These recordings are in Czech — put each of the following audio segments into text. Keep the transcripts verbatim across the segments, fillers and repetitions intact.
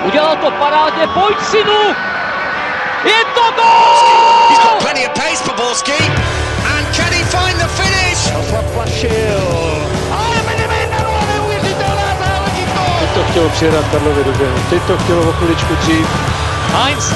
Udělal to parádně, pojď synu! Je to gól! He's got plenty of pace for Borski. And can he find the finish? Zaplašil. Ale Medemena, neuvěřitelná záležitost! Teď to chtělo přijedat Karlově do běhu, teď to chtělo o chviličku dřív. Heinz!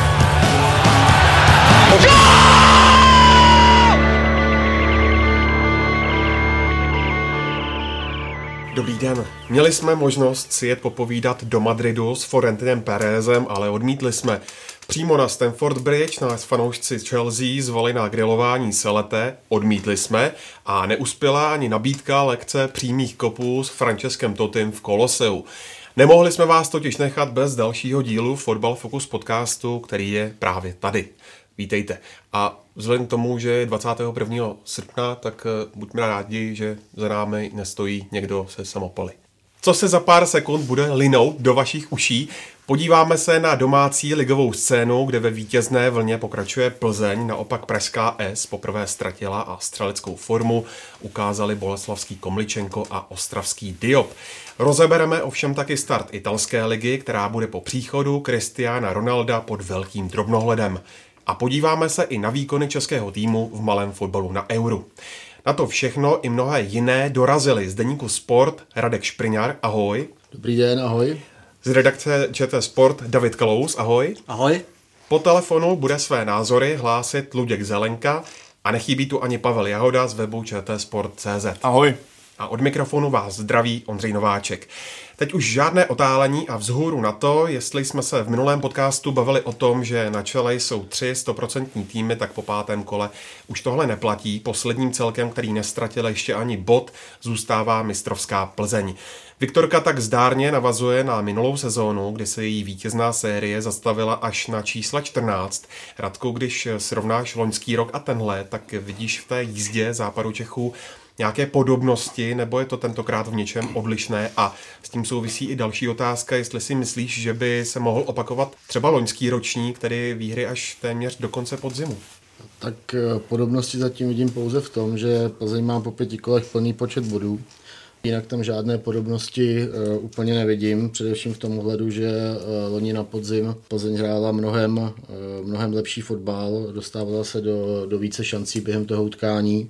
Dobrý den. Měli jsme možnost si jet popovídat do Madridu s Florentinem Pérezem, ale odmítli jsme. Přímo na Stamford Bridge nás fanoušci Chelsea zvali na grilování Selete, odmítli jsme a neuspěla ani nabídka lekce přímých kopů s Franceskem Tottim v Koloseu. Nemohli jsme vás totiž nechat bez dalšího dílu Fotbal Focus podcastu, který je právě tady. Vítejte. A vzhledem k tomu, že je dvacátého prvního srpna, tak buďme rádi, že za námi nestojí někdo se samopaly. Co se za pár sekund bude linout do vašich uší? Podíváme se na domácí ligovou scénu, kde ve vítězné vlně pokračuje Plzeň, naopak pražská S poprvé ztratila a střeleckou formu ukázali boleslavský Komličenko a ostravský Diop. Rozebereme ovšem taky start italské ligy, která bude po příchodu Cristiana Ronalda pod velkým drobnohledem. A podíváme se i na výkony českého týmu v malém fotbalu na Euru. Na to všechno i mnohé jiné dorazili z deníku Sport Radek Špriňar, ahoj. Dobrý den, ahoj. Z redakce ČT Sport David Kalous, ahoj. Ahoj. Po telefonu bude své názory hlásit Luděk Zelenka a nechybí tu ani Pavel Jahoda z webu čtsport tečka cé zet. Ahoj. A od mikrofonu vás zdraví Ondřej Nováček. Teď už žádné otálení a vzhůru na to, jestli jsme se v minulém podcastu bavili o tom, že na čele jsou tři stoprocentní týmy, tak po pátém kole už tohle neplatí. Posledním celkem, který nestratil ještě ani bod, zůstává mistrovská Plzeň. Viktorka tak zdárně navazuje na minulou sezónu, kdy se její vítězná série zastavila až na čísla čtrnáct. Radko, když srovnáš loňský rok a tenhle, tak vidíš v té jízdě západu Čechů nějaké podobnosti, nebo je to tentokrát v něčem odlišné? A s tím souvisí i další otázka, jestli si myslíš, že by se mohl opakovat třeba loňský ročník, tedy výhry až téměř do konce podzimu. Tak podobnosti zatím vidím pouze v tom, že Plzeň má po pěti kolech plný počet bodů. Jinak tam žádné podobnosti uh, úplně nevidím, především v tom ohledu, že uh, loni na podzim Plzeň hrála mnohem, uh, mnohem lepší fotbal, dostávala se do, do více šancí během toho utkání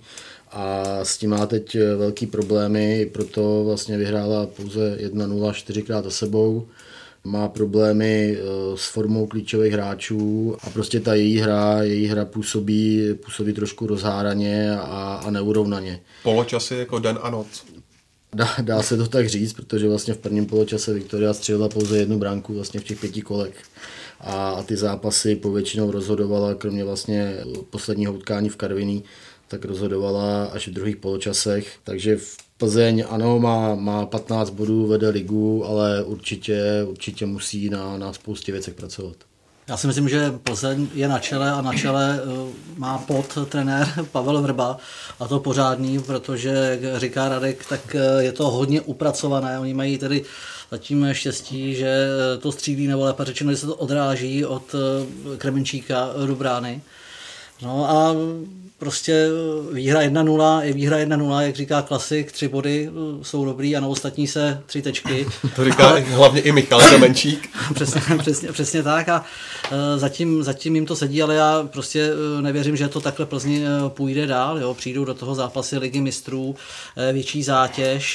a s tím má teď velký problémy, proto vlastně vyhrála pouze jedna nula čtyřikrát za sebou. Má problémy s formou klíčových hráčů a prostě ta její hra, její hra působí, působí trošku rozháraně a, a neurovnaně. Poločasy jako den a noc. Dá, dá se to tak říct, protože vlastně v prvním poločase Viktoria střelila pouze jednu branku vlastně v těch pěti kolech. A, a ty zápasy povětšinou rozhodovala, kromě vlastně posledního utkání v Karviní, tak rozhodovala až v druhých poločasech. Takže v Plzeň ano, má, má patnáct bodů, vede ligu, ale určitě, určitě musí na, na spoustě věcech pracovat. Já si myslím, že Plzeň je na čele a na čele má pod trenér Pavel Vrba a to pořádný, protože, jak říká Radek, tak je to hodně upracované. Oni mají tedy zatím štěstí, že to střílí, nebo lépe řečeno, že se to odráží od Kremenčíka do brány. No a prostě výhra jedna nula je výhra jedna nula, jak říká klasik, tři body jsou dobrý a na ostatní se tři tečky. To říká ale hlavně i Michal Kremenčík. přesně, přesně, přesně tak a zatím, zatím jim to sedí, ale já prostě nevěřím, že to takhle Plzni půjde dál. Jo. Přijdou do toho zápasy Ligy mistrů, větší zátěž,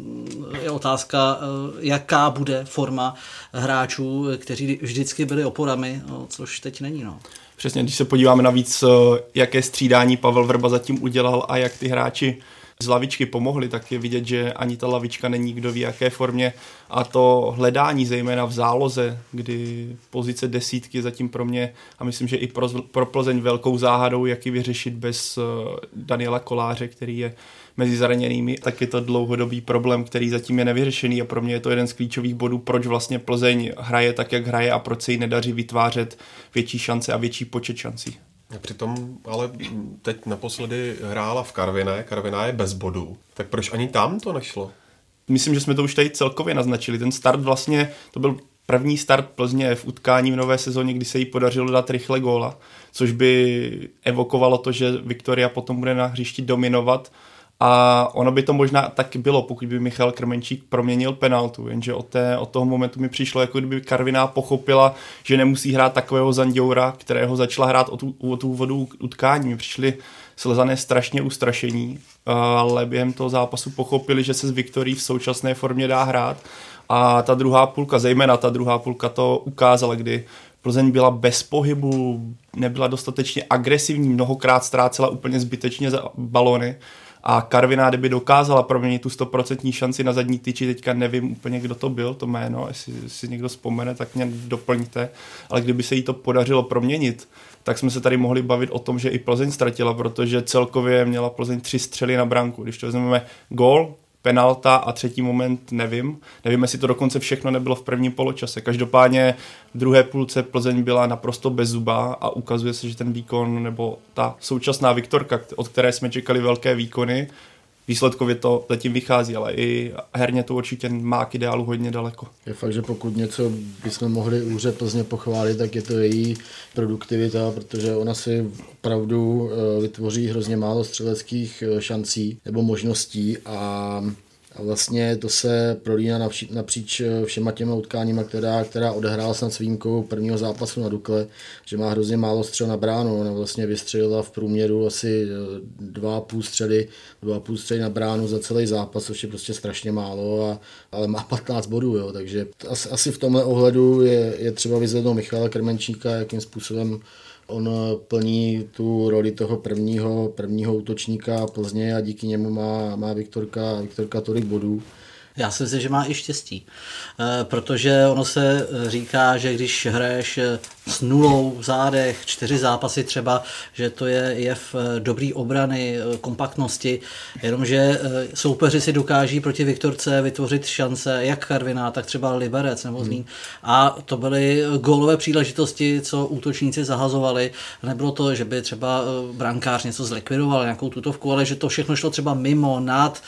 je otázka, jaká bude forma hráčů, kteří vždycky byli oporami, no, což teď není. No. Přesně, když se podíváme navíc, jaké střídání Pavel Vrba zatím udělal a jak ty hráči z lavičky pomohli, tak je vidět, že ani ta lavička není kdo ví jaké formě a to hledání zejména v záloze, kdy pozice desítky je zatím pro mě a myslím, že i pro, pro Plzeň velkou záhadou, jak ji vyřešit bez Daniela Koláře, který je mezi zraněnými, tak je to dlouhodobý problém, který zatím je nevyřešený a pro mě je to jeden z klíčových bodů, proč vlastně Plzeň hraje tak, jak hraje a proč se jí nedaří vytvářet větší šance a větší počet šancí. Přitom ale teď naposledy hrála v Karviné, Karviná je bez bodů, tak proč ani tam to nešlo? Myslím, že jsme to už tady celkově naznačili. Ten start vlastně, to byl první start Plzně v utkání v nové sezóně, kdy se jí podařilo dát rychle góla, což by evokovalo to, že Viktoria potom bude na hřišti dominovat A ono by to možná taky bylo, pokud by Michal Krmenčík proměnil penaltu, jenže od, té, od toho momentu mi přišlo, jako kdyby Karviná pochopila, že nemusí hrát takového Zanděura, kterého začala hrát od, od úvodu utkání. Mi přišli Slezané strašně ustrašení, ale během toho zápasu pochopili, že se s Viktorií v současné formě dá hrát. A ta druhá půlka, zejména ta druhá půlka to ukázala, kdy Plzeň byla bez pohybu, nebyla dostatečně agresivní, mnohokrát ztrácela úplně zbytečně za balony. A Karviná, kdyby dokázala proměnit tu stoprocentní šanci na zadní tyči, teďka nevím úplně, kdo to byl, to jméno, jestli si někdo vzpomene, tak mě doplňte, ale kdyby se jí to podařilo proměnit, tak jsme se tady mohli bavit o tom, že i Plzeň ztratila, protože celkově měla Plzeň tři střely na branku. Když to vezmeme gól, penalta a třetí moment, nevím. Nevím, jestli to dokonce všechno nebylo v prvním poločase. Každopádně v druhé půlce Plzeň byla naprosto bezzubá a ukazuje se, že ten výkon nebo ta současná Viktorka, od které jsme čekali velké výkony, výsledkově to zatím vychází, ale i herně to určitě má k ideálu hodně daleko. Je fakt, že pokud něco bychom mohli úře Plzně pochválit, tak je to její produktivita, protože ona si opravdu vytvoří hrozně málo střeleckých šancí nebo možností a A vlastně to se prolíná napříč všema těma utkáníma, která, která odehrála snad s výjimkou prvního zápasu na Dukle, že má hrozně málo střel na bránu. Ona vlastně vystřelila v průměru asi dva a půl střely, dva a půl střely na bránu za celý zápas, což je prostě strašně málo, a, ale má patnáct bodů, jo, takže asi, asi v tomhle ohledu je, je třeba vyzvednout Michala Krmenčíka, jakým způsobem on plní tu roli toho prvního, prvního útočníka Plzně a díky němu má, má Viktorka, Viktorka tolik bodů. Já si myslím, že má i štěstí, protože ono se říká, že když hraješ s nulou v zádech, čtyři zápasy třeba, že to je jev dobrý obrany, kompaktnosti, jenomže soupeři si dokáží proti Viktorce vytvořit šance, jak Karviná, tak třeba Liberec nebo Zlín. A to byly gólové příležitosti, co útočníci zahazovali. Nebylo to, že by třeba brankář něco zlikvidoval, nějakou tutovku, ale že to všechno šlo třeba mimo, nad,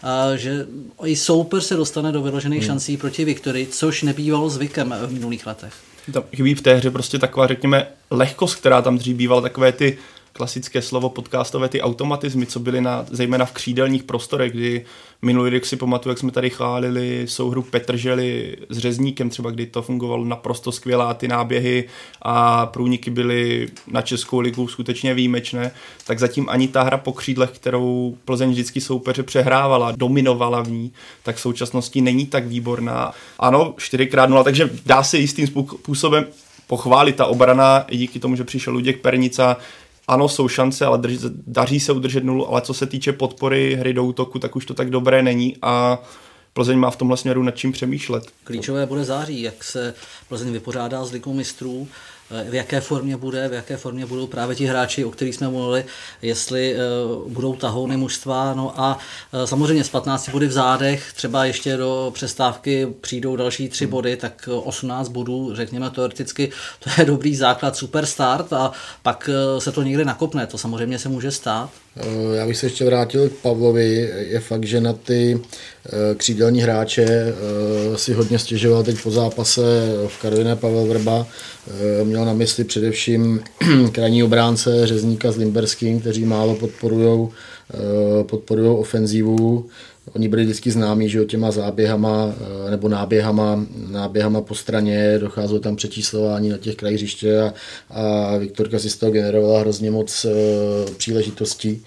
že i soupeř se dostane do vyložených hmm. šancí proti Viktorii, což nebývalo zvykem v minulých letech. Tam chybí v té hře prostě taková, řekněme, lehkost, která tam dřív bývala, takové ty klasické slovo podcastové, ty automatizmy, co byly na, zejména v křídelních prostorech, kdy minulý rok si pamatuju, jak jsme tady chválili souhru Petržely s Řezníkem, třeba kdy to fungovalo naprosto skvělá, ty náběhy a průniky byly na Českou ligu skutečně výjimečné, tak zatím ani ta hra po křídlech, kterou Plzeň vždycky soupeře přehrávala, dominovala v ní, tak v současnosti není tak výborná. Ano, čtyřikrát nula, takže dá se jistým způsobem pochválit ta obrana i díky tomu, že přišel Luděk Pernica. Ano, jsou šance, ale drž, daří se udržet nulu, ale co se týče podpory hry do útoku, tak už to tak dobré není a Plzeň má v tomhle směru nad čím přemýšlet. Klíčové bude září, jak se Plzeň vypořádá s Ligou mistrů, v jaké formě bude, v jaké formě budou právě ti hráči, o kterých jsme mluvili, jestli uh, budou tahouny mužstva, no a uh, samozřejmě z patnácti body v zádech, třeba ještě do přestávky přijdou další tři body, tak osmnáct bodů, řekněme teoreticky, to je dobrý základ, super start a pak uh, se to někde nakopne, to samozřejmě se může stát. Já bych se ještě vrátil k Pavlovi. Je fakt, že na ty křídelní hráče si hodně stěžoval teď po zápase v Karviné Pavel Vrba. Měl na mysli především krajní obránce Řezníka s Limberským, kteří málo podporujou, podporujou ofenzívu. Oni byli vždycky známí, že těma záběhama nebo náběhama, náběhama po straně, docházelo tam přečíslování na těch krajích hřiště a, a Viktorka si z toho generovala hrozně moc uh, příležitostí.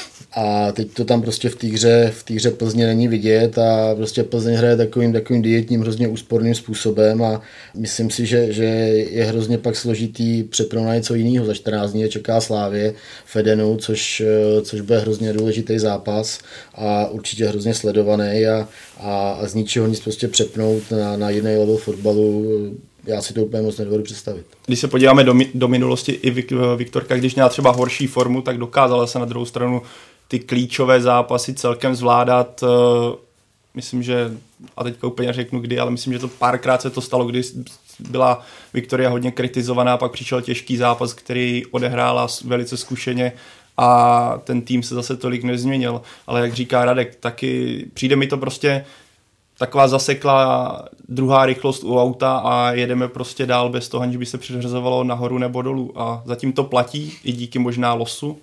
A teď to tam prostě v té hře, v té hře Plzně není vidět a prostě Plzeň hraje takovým, takovým dietním, hrozně úsporným způsobem a myslím si, že, že je hrozně pak složitý přepnout něco jiného. Za čtrnáct dní čeká Slávě v Edenu, což, což bude hrozně důležitý zápas a určitě hrozně sledovaný a, a, a z ničeho nic prostě přepnout na, na jiný level fotbalu. Já si to úplně moc nedovedu představit. Když se podíváme do, do minulosti, i Viktorka, když měla třeba horší formu, tak dokázala se na druhou stranu ty klíčové zápasy celkem zvládat. Myslím, že, a teďka úplně řeknu kdy, ale myslím, že to párkrát se to stalo, kdy byla Viktoria hodně kritizovaná, pak přišel těžký zápas, který odehrála velice zkušeně a ten tým se zase tolik nezměnil. Ale jak říká Radek, taky přijde mi to prostě taková zaseklá druhá rychlost u auta a jedeme prostě dál bez toho, aniž by se přiřazovalo nahoru nebo dolů. A zatím to platí i díky možná losu,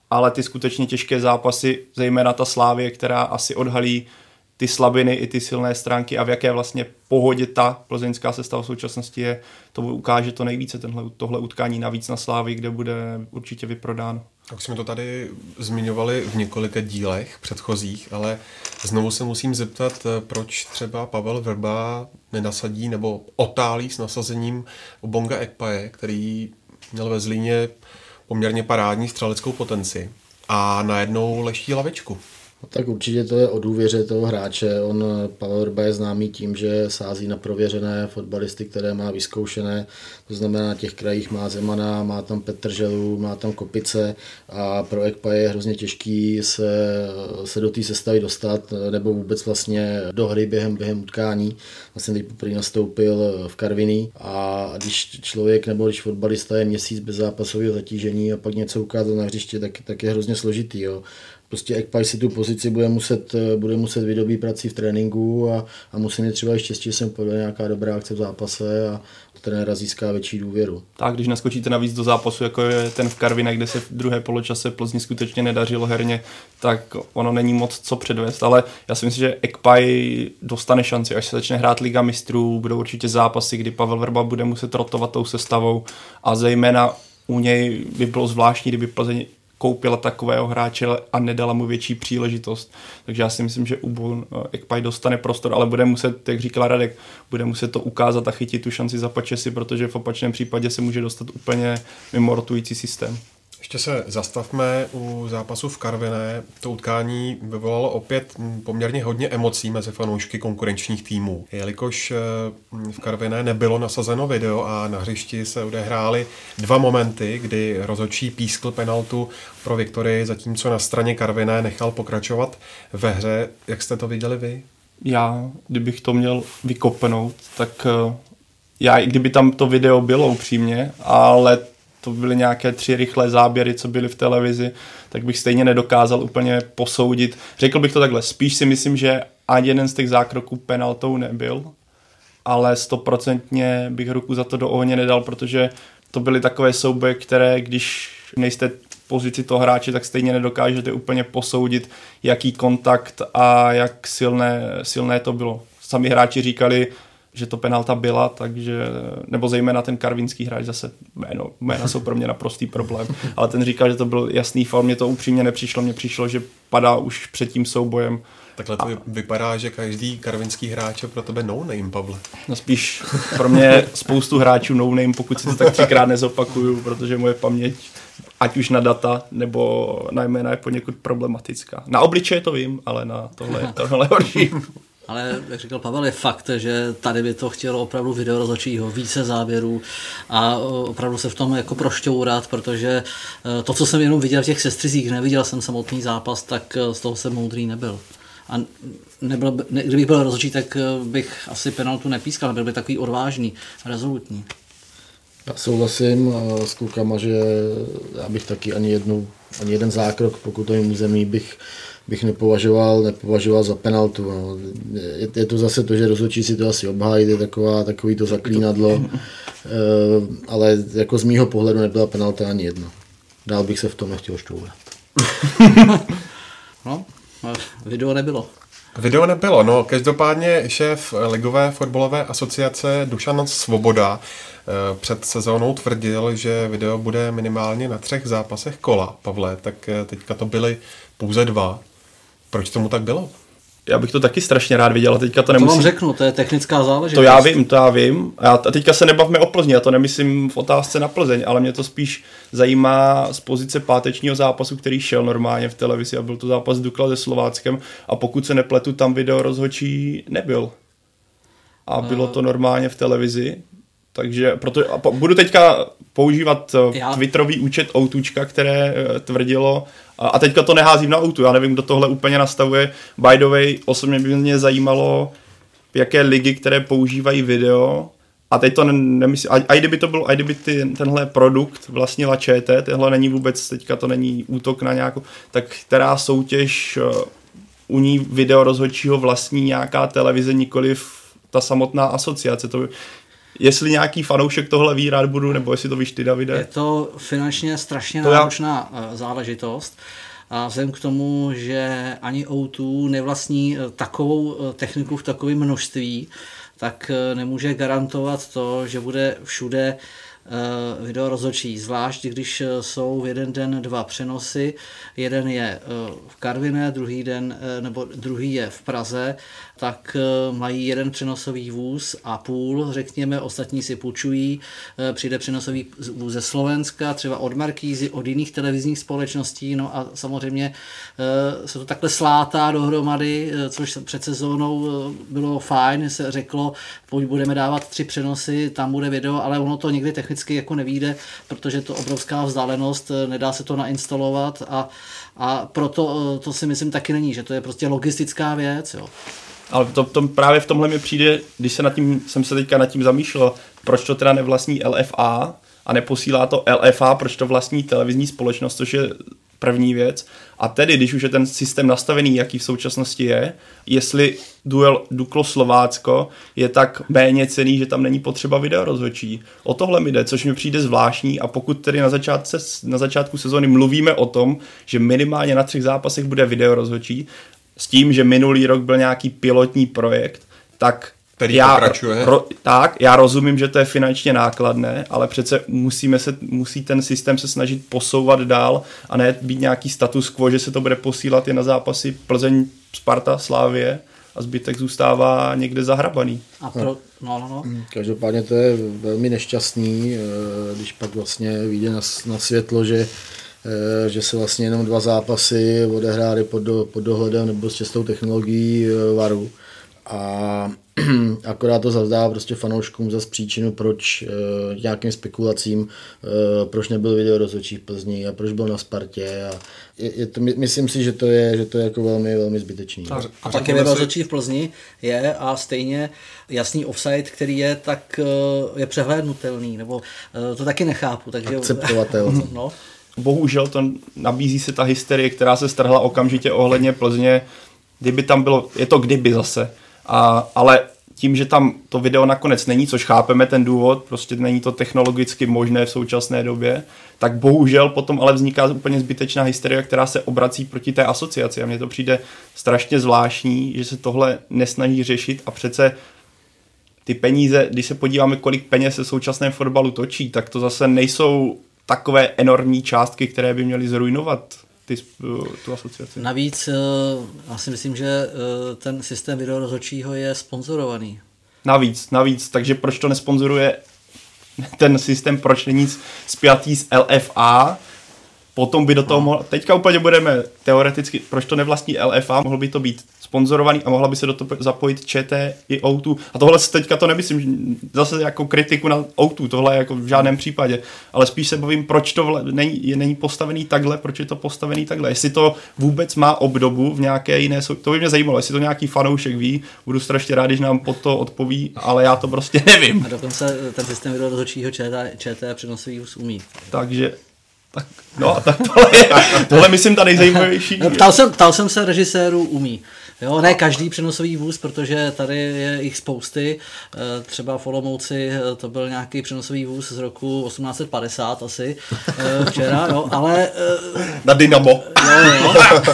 ale ty skutečně těžké zápasy, zejména ta Slavie, která asi odhalí ty slabiny i ty silné stránky a v jaké vlastně pohodě ta plzeňská sestava v současnosti je, to ukáže to nejvíce tenhle, tohle utkání navíc na Slavii, kde bude určitě vyprodáno. Už jsme to tady zmiňovali v několika dílech předchozích, ale znovu se musím zeptat, proč třeba Pavel Vrba nenasadí nebo otálí s nasazením Obonga Ekpaje, který měl ve Zlíně poměrně parádní střeleckou potenci a najednou leští lavičku. No tak určitě to je o důvěře toho hráče. On, Pavel Vrba, je známý tím, že sází na prověřené fotbalisty, které má vyzkoušené. To znamená, na těch krajích má Zemana, má tam Petrželu, má tam Kopice a pro Ekpa je hrozně těžký se, se do té sestavy dostat nebo vůbec vlastně do hry během, během utkání. Vlastně teď poprvé nastoupil v Karviní a když člověk nebo když fotbalista je měsíc bez zápasového zatížení a pak něco ukázat na hřiště, tak, tak je hrozně složitý. Jo. Prostě Ekpaj si tu pozici bude muset, bude muset vydobít prací v tréninku a, a musí mít třeba i štěstí, že se mu povede nějaká dobrá akce v zápase a trenéra získá větší důvěru. Tak, když naskočíte navíc do zápasu, jako je ten v Karviné, kde se v druhé poločase Plzni skutečně nedařilo herně, tak ono není moc co předvést, ale já si myslím, že Ekpaj dostane šanci, až se začne hrát Liga mistrů, budou určitě zápasy, kdy Pavel Vrba bude muset rotovat tou sestavou a zejména u něj by bylo zvláštní, kdyby Plzeň koupila takového hráče a nedala mu větší příležitost. Takže já si myslím, že Ubon Ekpaj dostane prostor, ale bude muset, jak říkal Radek, bude muset to ukázat a chytit tu šanci za Pačesi, protože v opačném případě se může dostat úplně mimo rotující systém. Ještě se zastavme u zápasu v Karviné. To utkání vyvolalo opět poměrně hodně emocí mezi fanoušky konkurenčních týmů. Jelikož v Karviné nebylo nasazeno video a na hřišti se odehrály dva momenty, kdy rozhodčí pískl penaltu pro Viktorii, zatímco na straně Karviné nechal pokračovat ve hře. Jak jste to viděli vy? Já, kdybych to měl vykopnout, tak já, i kdyby tam to video bylo upřímně, ale to byly nějaké tři rychlé záběry, co byly v televizi, tak bych stejně nedokázal úplně posoudit. Řekl bych to takhle, spíš si myslím, že ani jeden z těch zákroků penaltou nebyl, ale stoprocentně bych ruku za to do ohně nedal, protože to byly takové souboje, které, když nejste v pozici toho hráče, tak stejně nedokážete úplně posoudit, jaký kontakt a jak silné, silné to bylo. Sami hráči říkali, že to penalta byla, takže, nebo zejména ten karvinský hráč, zase jméno, jména jsou pro mě naprostý problém, ale ten říkal, že to byl jasný faul, mně to upřímně nepřišlo, mně přišlo, že padá už před tím soubojem. Takhle to a... vypadá, že každý karvinský hráč je pro tebe no-name, Pavle. No spíš pro mě spoustu hráčů no-name, pokud si to tak třikrát nezopakuju, protože moje paměť, ať už na data, nebo na jména je poněkud problematická. Na obličeje to vím, ale na tohle je tohle horší. Ale, jak říkal Pavel, je fakt, že tady by to chtělo opravdu video rozhodčího, více záběrů a opravdu se v tom jako prošťourat, protože to, co jsem jenom viděl v těch sestřizích, neviděl jsem samotný zápas, tak z toho jsem moudrý nebyl. A nebyl, ne, kdybych byl rozhodčí, tak bych asi penaltu nepískal, byl by takový odvážný, rezolutní. Já souhlasím s klukama, že já bych taky ani jednu, ani jeden zákrok pokutovým území bych bych nepovažoval, nepovažoval za penaltu. No. Je, je to zase to, že rozhodčí si to asi obhájí, je taková, takový to zaklínadlo, e, ale jako z mýho pohledu nebyla penalta ani jedna. Dál bych se v tom nechtěl šťourat. No, video nebylo. Video nebylo, no. Každopádně šéf Ligové fotbalové asociace Dušan Svoboda před sezónou tvrdil, že video bude minimálně na třech zápasech kola. Pavle, tak teďka to byly pouze dva. Proč tomu tak bylo? Já bych to taky strašně rád viděl, a teďka to nemusím... To vám řeknu, to je technická záležitost. To já vím, to já vím. A teďka se nebavme o Plzni, já to nemyslím v otázce na Plzeň, ale mě to spíš zajímá z pozice pátečního zápasu, který šel normálně v televizi a byl to zápas Dukla se Slováckem a pokud se nepletu, tam video rozhodčí nebyl. A bylo to normálně v televizi. Takže proto, budu teďka používat já. Twitterový účet Outučka, které tvrdilo, a teďka to neházím na Outu, já nevím, kdo tohle úplně nastavuje. By the way, osobně by mě zajímalo, jaké ligy, které používají video, a teď to nemyslím, a, a i kdyby to byl, a kdyby ty, tenhle produkt vlastnila ČT, tenhle není vůbec, teďka to není útok na nějakou, tak která soutěž u ní video rozhodčího vlastní nějaká televize, nikoliv ta samotná asociace, to by, jestli nějaký fanoušek tohle ví, rád budu, nebo jestli to víš ty, Davide. Je to finančně strašně to náročná já... záležitost. A vzhledem k tomu, že ani ó dva nevlastní takovou techniku v takovém množství, tak nemůže garantovat to, že bude všude video rozhodčí, zvlášť když jsou v jeden den dva přenosy, jeden je v Karviné, druhý den, nebo druhý je v Praze, tak mají jeden přenosový vůz a půl, řekněme, ostatní si půjčují, přijde přenosový vůz ze Slovenska, třeba od Markízy, od jiných televizních společností, no a samozřejmě se to takhle slátá dohromady, což před sezónou bylo fajn, se řeklo, pojď budeme dávat tři přenosy, tam bude video, ale ono to někdy technicky jako nevíde, protože to obrovská vzdálenost, nedá se to nainstalovat a, a proto to si myslím taky není, že to je prostě logistická věc, jo. Ale to, to právě v tomhle mi přijde, když se nad tím, jsem se teďka nad tím zamýšlel, proč to teda nevlastní L F A a neposílá to L F A, proč to vlastní televizní společnost, což je první věc. A tedy, když už je ten systém nastavený, jaký v současnosti je, jestli duel Duklo-Slovácko je tak méně cenný, že tam není potřeba videorozhodčí. O tohle mi jde, což mi přijde zvláštní a pokud tedy na, začátce, na začátku sezóny mluvíme o tom, že minimálně na třech zápasech bude videorozhodčí, s tím, že minulý rok byl nějaký pilotní projekt, tak já, ro, tak já rozumím, že to je finančně nákladné, ale přece musíme se, musí ten systém se snažit posouvat dál a ne být nějaký status quo, že se to bude posílat i na zápasy Plzeň, Sparta, Slávie a zbytek zůstává někde zahrabaný. A pro, no, no, no. Každopádně to je velmi nešťastný, když pak vlastně vyjde na, na světlo, že že se vlastně jenom dva zápasy odehrály pod, do, pod dohledem nebo s čistou technologií varu. A akorát to zavdá prostě fanouškům zas příčinu, proč nějakým spekulacím, proč nebyl videorozhodčí v Plzni a proč byl na Spartě. A je, je to, myslím si, že to je, že to je jako velmi, velmi zbytečný. A, a taky videorozhodčí v Plzni je a stejně jasný offside, který je, tak je přehlédnutelný, nebo to taky nechápu. Takže akceptovatelný. No. Bohužel to nabízí se ta hysterie, která se strhla okamžitě ohledně Plzně. Kdyby tam bylo, je to kdyby zase. A, ale tím, že tam to video nakonec není, což chápeme ten důvod, prostě není to technologicky možné v současné době, tak bohužel potom ale vzniká úplně zbytečná hysterie, která se obrací proti té asociaci. A mně to přijde strašně zvláštní, že se tohle nesnaží řešit a přece ty peníze, když se podíváme, kolik peněz se v současném fotbalu točí, tak to zase nejsou takové enormní částky, které by měly zrujnovat ty, tu asociaci. Navíc já si myslím, že ten systém videorozhodčího je sponzorovaný. Navíc, navíc, takže proč to nesponzoruje ten systém, proč není nic spjatý s L F A, potom by do toho mohl, teďka úplně budeme teoreticky, proč to nevlastní L F A, mohl by to být sponzorovaný a mohla by se do toho zapojit Č T i ó dva. A tohle teďka to nemyslím zase jako kritiku na ó dva, tohle je jako v žádném případě, ale spíš se bavím, proč to vle, není, je, není postavený takhle, proč je to postavený takhle. Jestli to vůbec má obdobu v nějaké jiné, to by mě zajímalo, jestli to nějaký fanoušek ví, budu strašně rád, když nám pod to odpoví, ale já to prostě nevím. A dokonce ten systém videorozhodčího Č T přenosový už umí. Takže tak, no, tak tohle, je, tohle myslím ta nejzajímavější. Ptal jsem, ptal jsem se režisérů umí. Jo, ne každý přenosový vůz, protože tady je jich spousty. Třeba v Olomouci to byl nějaký přenosový vůz z roku osmnáct set padesát asi včera, jo, ale... Na Dynamo. Jo, jo.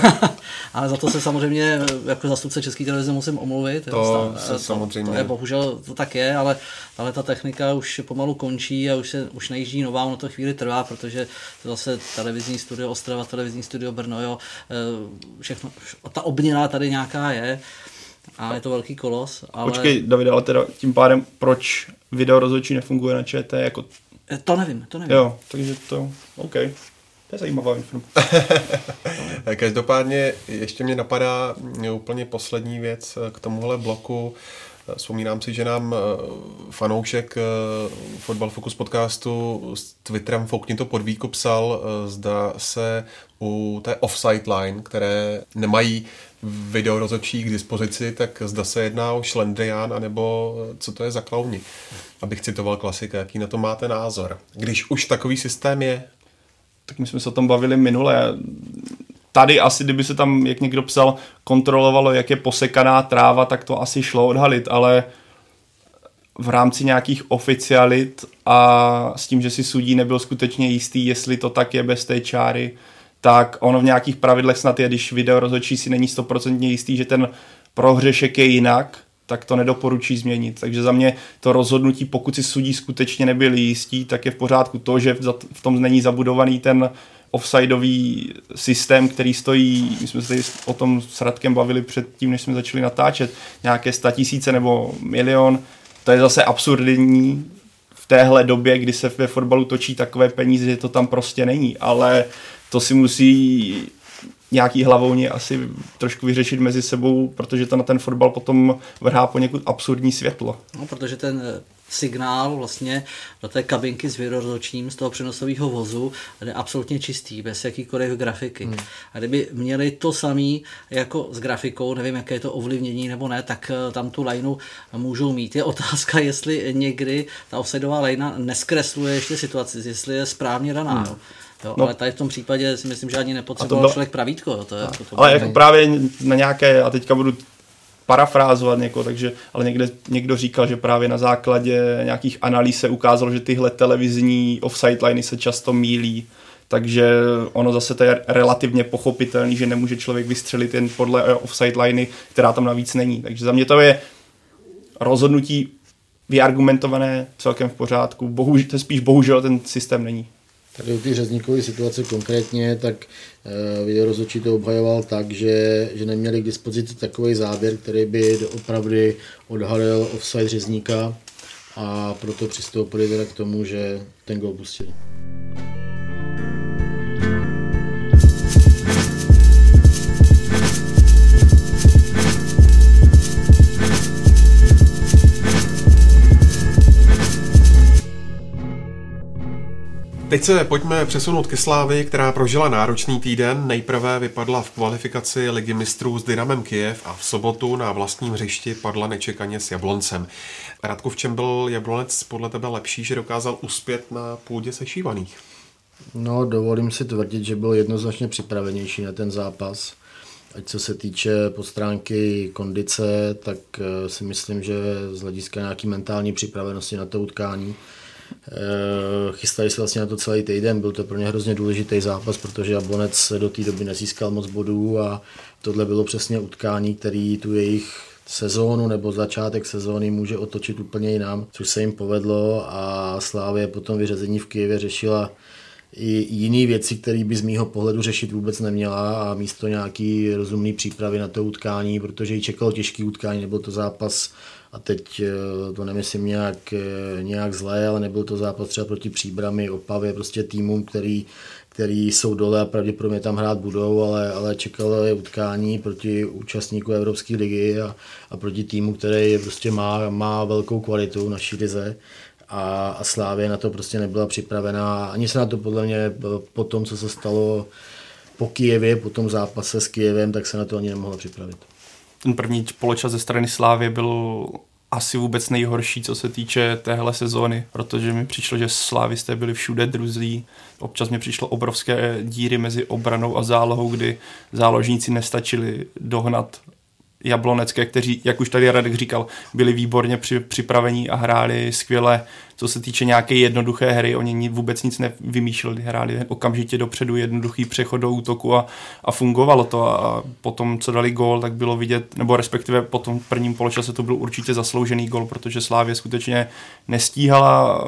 Ale za to se samozřejmě jako zástupce České televize musím omluvit. To, to, samozřejmě. To je, bohužel to tak je, ale, ale ta technika už pomalu končí a už se už nejíždí nová, ono to chvíli trvá, protože to zase televizní studio Ostrava, televizní studio Brno, jo, všechno, ta obměna tady nějaká je a je to velký kolos. Ale... Počkej, Davide, ale teda tím pádem, proč videorozhodčí nefunguje na Č T? Jako... To nevím, to nevím. Jo, takže to, OK. To je zajímavá informace. Každopádně ještě mě napadá úplně poslední věc k tomuhle bloku. Vzpomínám si, že nám fanoušek Fotbal Focus podcastu s Twitterem Foukni to pod víko psal, zda se u té offside line, které nemají videorozhodčí k dispozici, tak zda se jedná o šlendrián, anebo co to je za klauni. Abych citoval klasika, jaký na to máte názor. Když už takový systém je. Tak my jsme se o tom bavili minule. Tady asi, kdyby se tam, jak někdo psal, kontrolovalo, jak je posekaná tráva, tak to asi šlo odhalit, ale v rámci nějakých oficialit a s tím, že si sudí nebyl skutečně jistý, jestli to tak je bez té čáry, tak ono v nějakých pravidlech snad je, když video rozhodčí si není stoprocentně jistý, že ten prohřešek je jinak, tak to nedoporučí změnit. Takže za mě to rozhodnutí, pokud si sudí skutečně nebyli jistí, tak je v pořádku to, že v tom není zabudovaný ten offsideový systém, který stojí, my jsme se tady o tom s Radkem bavili předtím, než jsme začali natáčet, nějaké statisíce nebo milion. To je zase absurdní v téhle době, kdy se ve fotbalu točí takové peníze, že to tam prostě není, ale to si musí nějaký hlavouně asi trošku vyřešit mezi sebou, protože to na ten fotbal potom vrhá poněkud absurdní světlo. No, protože ten signál vlastně do té kabinky s videorozhodčím z toho přenosového vozu je absolutně čistý, bez jakýkoliv grafiky. Hmm. A kdyby měli to samý jako s grafikou, nevím, jaké je to ovlivnění nebo ne, tak tam tu lajnu můžou mít. Je otázka, jestli někdy ta offsideová lajna neskresluje ještě situaci, jestli je správně daná. Hmm. Jo. Jo, no, ale tady v tom případě si myslím, že ani nepotřeboval bylo... člověk pravíčko. Jo, to je, to, to ale jako právě na nějaké, a teďka budu parafrázovat někoho, takže, ale někde, někdo říkal, že právě na základě nějakých analýz se ukázalo, že tyhle televizní offside liny se často mýlí, takže ono zase to je relativně pochopitelný, že nemůže člověk vystřelit jen podle offside liny, která tam navíc není. Takže za mě to je rozhodnutí vyargumentované celkem v pořádku. Bohužel, to spíš bohužel ten systém není. Tady u té řezníkové situace konkrétně, tak uh, videorozhodčí to obhajoval tak, že, že neměli k dispozici takový záběr, který by opravdu odhalil offside řezníka, a proto přistoupili teda k tomu, že ten gól pustili. Teď se pojďme přesunout ke Slávii, která prožila náročný týden. Nejprve vypadla v kvalifikaci Ligy mistrů s Dynamem Kyjev a v sobotu na vlastním hřišti padla nečekaně s Jabloncem. Radku, v čem byl Jablonec podle tebe lepší, že dokázal uspět na půdě sešívaných? No, dovolím si tvrdit, že byl jednoznačně připravenější na ten zápas. Ať co se týče po stránky kondice, tak si myslím, že z hlediska nějaký mentální připravenosti na to utkání chystali se vlastně na to celý týden, byl to pro ně hrozně důležitý zápas, protože Jablonec do té doby nezískal moc bodů a tohle bylo přesně utkání, který tu jejich sezónu nebo začátek sezóny může otočit úplně jinam, což se jim povedlo, a Slavia po tom vyřazení v Kyjevě řešila i jiné věci, které by z mýho pohledu řešit vůbec neměla, a místo nějaký rozumný přípravy na to utkání, protože jí čekalo těžký utkání, nebyl to zápas, a teď to nemyslím nějak, nějak zlé, ale nebyl to zápas třeba proti Příbrami, Opavě, prostě týmům, který, který jsou dole a pravděpodobně tam hrát budou, ale, ale čekalo je utkání proti účastníků Evropské ligy a, a proti týmu, který prostě má, má velkou kvalitu v naší lize. A, a Slavia na to prostě nebyla připravená. Ani se na to podle mě po tom, co se stalo po Kyjevě, po tom zápase s Kyjevem, tak se na to ani nemohla připravit. Ten první poločas ze strany Slávie byl asi vůbec nejhorší, co se týče téhle sezóny, protože mi přišlo, že slávisté byli všude druzí. Občas mi přišlo obrovské díry mezi obranou a zálohou, kdy záložníci nestačili dohnat jablonecké, kteří, jak už tady Radek říkal, byli výborně při, připravení a hráli skvěle. Co se týče nějaké jednoduché hry, oni vůbec nic nevymýšleli, hráli okamžitě dopředu jednoduchý přechod do útoku a, a fungovalo to. A potom, co dali gól, tak bylo vidět, nebo respektive po tom prvním poločase to byl určitě zasloužený gól, protože Slavia skutečně nestíhala.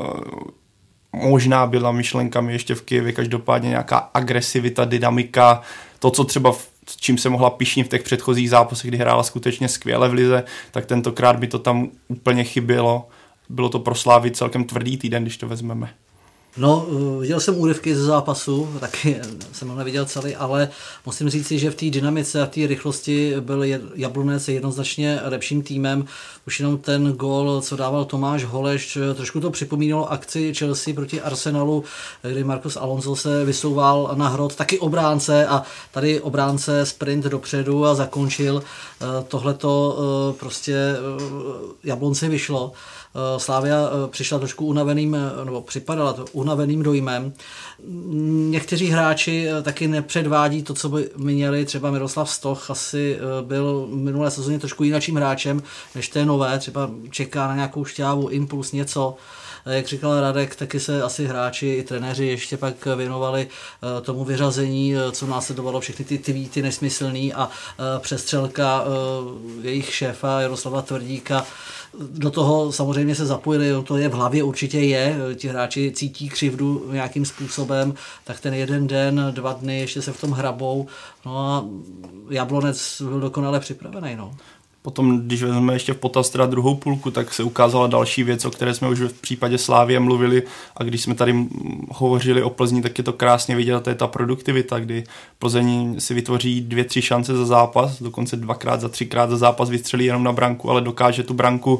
Možná byla myšlenkami ještě v Kyjevě, každopádně nějaká agresivita, dynamika, to, co třeba v s čím se mohla pyšnit v těch předchozích zápasech, kdy hrála skutečně skvěle v lize, tak tentokrát by to tam úplně chybělo. Bylo to pro Slávy celkem tvrdý týden, když to vezmeme. No, viděl jsem úryvky ze zápasu, taky jsem ho neviděl celý, ale musím říct si, že v té dynamice a v té rychlosti byl Jablonec jednoznačně lepším týmem. Už jenom ten gól, co dával Tomáš Holeš, trošku to připomínalo akci Chelsea proti Arsenalu, kdy Marcos Alonso se vysouval na hrot, taky obránce, a tady obránce sprint dopředu a zakončil. Tohleto prostě Jablonci vyšlo. Slavia přišla trošku unaveným, nebo připadala to unaveným dojmem. Někteří hráči taky nepředvádí to, co by měli. Třeba Miroslav Stoch asi byl v minulé sezóně trošku jinakším hráčem než té nové. Třeba čeká na nějakou šťávu, impuls, něco. Jak říkal Radek, taky se asi hráči i trenéři ještě pak věnovali tomu vyřazení, co následovalo všechny ty tweety nesmyslný a přestřelka jejich šéfa Jaroslava Tvrdíka. Do toho samozřejmě se zapojili, to je v hlavě určitě je, ti hráči cítí křivdu nějakým způsobem, tak ten jeden den, dva dny ještě se v tom hrabou, no a Jablonec byl dokonale připravený, no. Potom, když vezmeme ještě v potaz teda druhou půlku, tak se ukázala další věc, o které jsme už v případě Slávie mluvili a když jsme tady hovořili o Plzni, tak je to krásně vidět, to je ta produktivita, kdy Plzeň si vytvoří dvě, tři šance za zápas, dokonce dvakrát, za třikrát za zápas vystřelí jenom na branku, ale dokáže tu branku uh,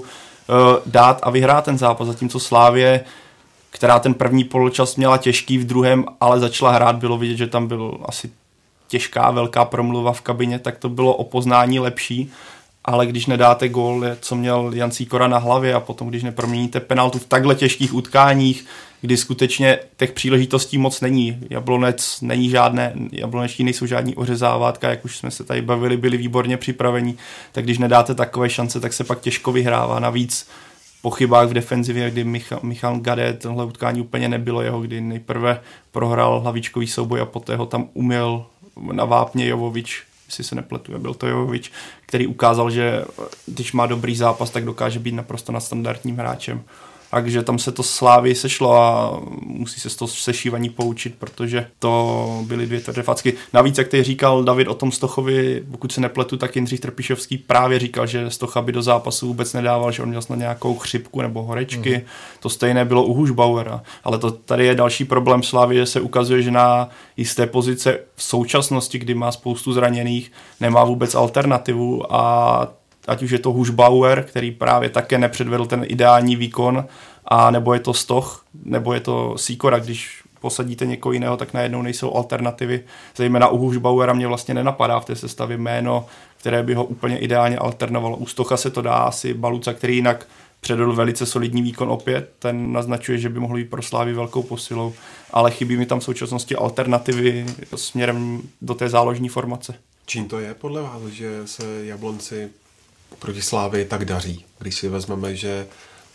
dát a vyhrát ten zápas, zatímco Slávie, která ten první poločas měla těžký, v druhém ale začala hrát, bylo vidět, že tam byl asi těžká, velká promluva v kabině, tak to bylo o poznání lepší. Ale když nedáte gól, co měl Jan Sýkora na hlavě a potom, když neproměníte penaltu v takhle těžkých utkáních, kdy skutečně těch příležitostí moc není. Jablonec není žádné, jablonečtí nejsou žádní ořezávátka, jak už jsme se tady bavili, byli výborně připraveni, tak když nedáte takové šance, tak se pak těžko vyhrává. Navíc po chybách v defenzivě, kdy Michal, Michal Gade, tenhle utkání úplně nebylo jeho, kdy nejprve prohrál hlavičkový souboj a poté ho tam uměl na vápně Jovovič, jestli se nepletu, byl to Jovovič, který ukázal, že když má dobrý zápas, tak dokáže být naprosto nadstandardním hráčem. Takže tam se to Slávii sešlo a musí se z toho sešívaní poučit, protože to byly dvě tvrdé facky. Navíc, jak tady říkal David o tom Stochovi, pokud se nepletu, tak Jindřich Trpišovský právě říkal, že Stocha by do zápasu vůbec nedával, že on měl snad nějakou chřipku nebo horečky. Mm. To stejné bylo u Hušbauera. Ale to tady je další problém Slávy, že se ukazuje, že na jisté pozice v současnosti, kdy má spoustu zraněných, nemá vůbec alternativu a ať už je to Hušbauer, který právě také nepředvedl ten ideální výkon, a nebo je to Stoch, nebo je to Sýkora, když posadíte někoho jiného, tak najednou nejsou alternativy. Zejména u Hušbauera mě vlastně nenapadá v té sestavě jméno, které by ho úplně ideálně alternovalo. U Stocha se to dá asi Baluca, který jinak předvedl velice solidní výkon opět, ten naznačuje, že by mohl být pro Slávy velkou posilou, ale chybí mi tam v současnosti alternativy směrem do té záložní formace. Čím to je podle vás, že se Jablonci proti Slávii tak daří, když si vezmeme, že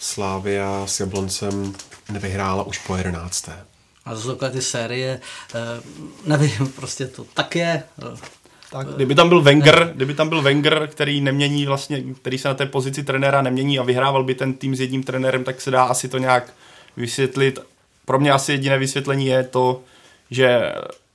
Slavia s Jabloncem nevyhrála už po jedenácté. A to jsou takové ty série, nevím, prostě to tak je. Tak, kdyby tam byl Wenger, kdyby tam byl Wenger, který nemění vlastně, který se na té pozici trenéra nemění a vyhrával by ten tým s jedním trenérem, tak se dá asi to nějak vysvětlit. Pro mě asi jediné vysvětlení je to, že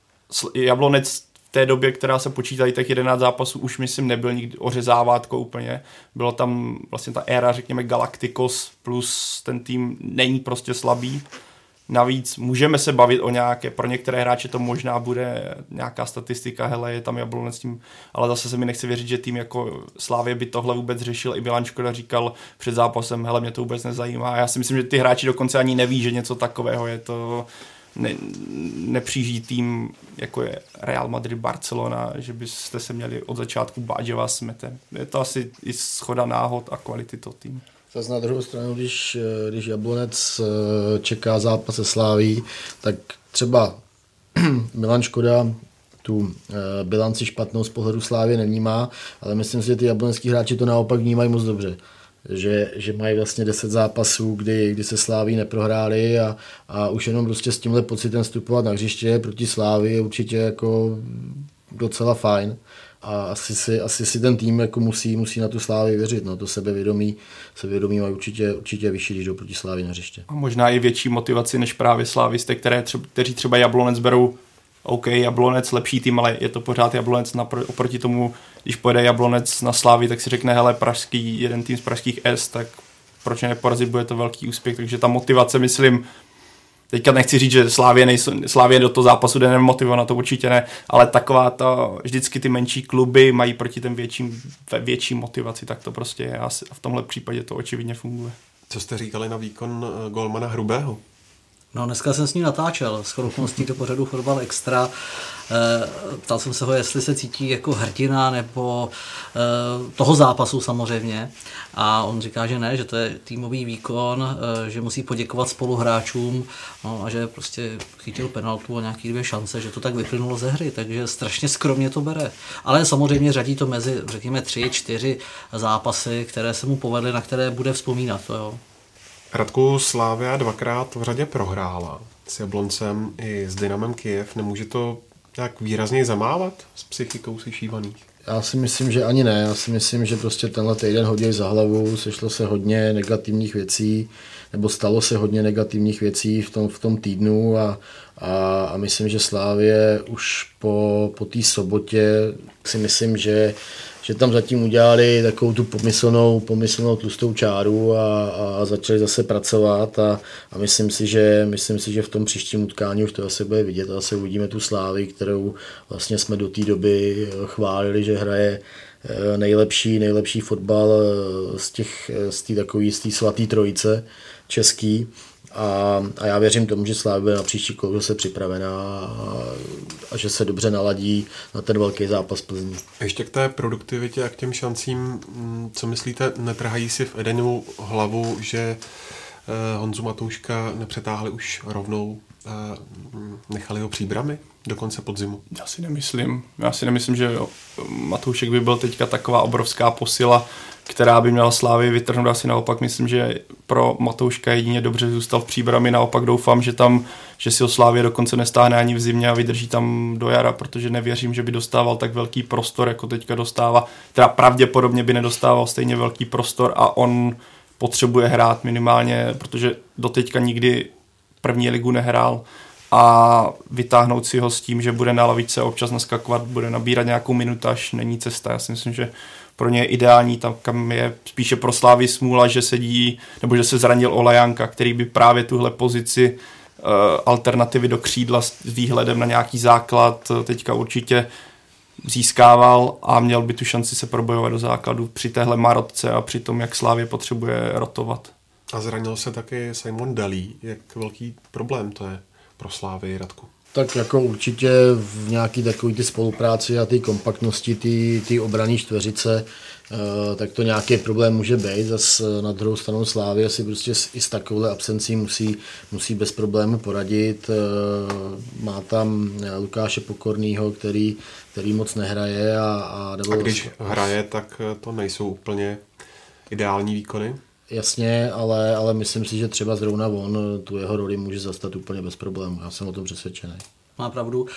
Jablonec v té době, která se počítají těch jedenáct zápasů, už myslím nebyl nikdy ořezávátko úplně. Bylo tam vlastně ta éra, řekněme, Galacticos plus ten tým není prostě slabý. Navíc můžeme se bavit o nějaké, pro některé hráče to možná bude nějaká statistika, hele, je tam Jablonec s tím, ale zase se mi nechce věřit, že tým jako Slavie by tohle vůbec řešil. I Milan Škoda říkal před zápasem, hele, mě to vůbec nezajímá. A já si myslím, že ty hráči dokonce ani neví, že něco takového je to ne, nepříží tým, jako je Real Madrid, Barcelona, že byste se měli od začátku bát, že vás smete. Je to asi i shoda náhod a kvality toho týmu. Zase na druhou stranu, když, když Jablonec čeká zápas se Slaví, tak třeba Milan Škoda tu bilanci špatnou z pohledu Slávy nevnímá, ale myslím si, že ty jablonecký hráči to naopak vnímají moc dobře. Že, že mají vlastně deset zápasů, kdy, kdy se Sláví neprohráli a, a už jenom prostě s tímhle pocitem vstupovat na hřiště proti Slávy je určitě jako docela fajn. A asi si, asi si ten tým jako musí, musí na tu Slávy věřit. No, to sebevědomí, sebevědomí mají určitě, určitě vyšší, když jdou proti Slávy na hřiště. A možná i větší motivaci než právě Slávisté, které třeba, kteří třeba Jablonec berou, OK, Jablonec lepší tým, ale je to pořád Jablonec napr- oproti tomu, když pojede Jablonec na Slávy, tak si řekne, hele, pražský, jeden tým z pražských S, tak proč neporazit, bude to velký úspěch. Takže ta motivace, myslím, teďka nechci říct, že Slávě, nejsou, Slávě do toho zápasu jde nemotivovaná, to určitě ne, ale taková ta, vždycky ty menší kluby mají proti těm větším, větší motivaci, tak to prostě je a v tomhle případě to očividně funguje. Co jste říkali na výkon golmana Hrubého? No, dneska jsem s ním natáčel, s chodopností do pořadu Fotbal Extra Ptal jsem se ho, jestli se cítí jako hrdina nebo toho zápasu samozřejmě. A on říká, že ne, že to je týmový výkon, že musí poděkovat spoluhráčům, no, a že prostě chytil penaltu a nějaký dvě šance, že to tak vyplynulo ze hry, takže strašně skromně to bere. Ale samozřejmě řadí to mezi, řekněme, tři, čtyři zápasy, které se mu povedly, na které bude vzpomínat. To, jo. Radku, Slavia dvakrát v řadě prohrála s Jabloncem i s Dynamem Kyjev. Nemůže to nějak výrazněji zamávat s psychikou sešívaných? Já si myslím, že ani ne. Já si myslím, že prostě tenhle týden hodili za hlavu, sešlo se hodně negativních věcí, nebo stalo se hodně negativních věcí v tom, v tom týdnu a, a, a myslím, že Slavie už po, po té sobotě si myslím, že, že tam zatím udělali takovou tu pomyslnou, pomyslnou tlustou čáru a, a začali zase pracovat a, a myslím si, že, myslím si, že v tom příštím utkání už to zase bude vidět a zase uvidíme tu Slávii, kterou vlastně jsme do té doby chválili, že hraje nejlepší, nejlepší fotbal z těch, z té takové, z té svaté trojice český. A, a já věřím tomu, že Slavia bude na příští kolo zase připravená a, a že se dobře naladí na ten velký zápas Plzní. Ještě k té produktivitě a k těm šancím, co myslíte, netrhají si v Edenu hlavu, že Honzu Matouška nepřetáhli už rovnou a nechali ho příbramy do konce podzimu? Já si nemyslím. Já si nemyslím, že Matoušek by byl teďka taková obrovská posila, která by měla Slávii vytrhnout. Asi naopak myslím, že pro Matouška jedině dobře zůstal v příbrami. Naopak doufám, že tam, že si ho Slávie dokonce nestáhne ani v zimě a vydrží tam do jara, protože nevěřím, že by dostával tak velký prostor, jako teďka dostává. Teda pravděpodobně by nedostával stejně velký prostor a on potřebuje hrát minimálně, protože doteďka nikdy první ligu nehrál a vytáhnout si ho s tím, že bude na lavičce občas naskakovat, bude nabírat nějakou minutáž, není cesta. Já si myslím, že pro ně je ideální, tam kam je spíše pro Slávy smůla, že sedí, nebo že se zranil Olajanka, který by právě tuhle pozici uh, alternativy do křídla s výhledem na nějaký základ teďka určitě získával a měl by tu šanci se probojovat do základu při téhle marotce a při tom, jak Slávě potřebuje rotovat. A zranil se taky Simon Daly. Jak velký problém to je pro Slávy, Radku? Tak jako určitě v nějaký takový ty spolupráci a ty kompaktnosti, ty, ty obranné čtveřice, tak to nějaký problém může být. Zas na druhou stranu Slávy asi prostě i s takovouhle absencí musí, musí bez problému poradit. Má tam Lukáše Pokornýho, který, který moc nehraje. A, a, a když hraje, tak to nejsou úplně ideální výkony? Jasně, ale, ale myslím si, že třeba zrovna on tu jeho roli může zastat úplně bez problémů. Já jsem o tom přesvědčený. Má pravdu.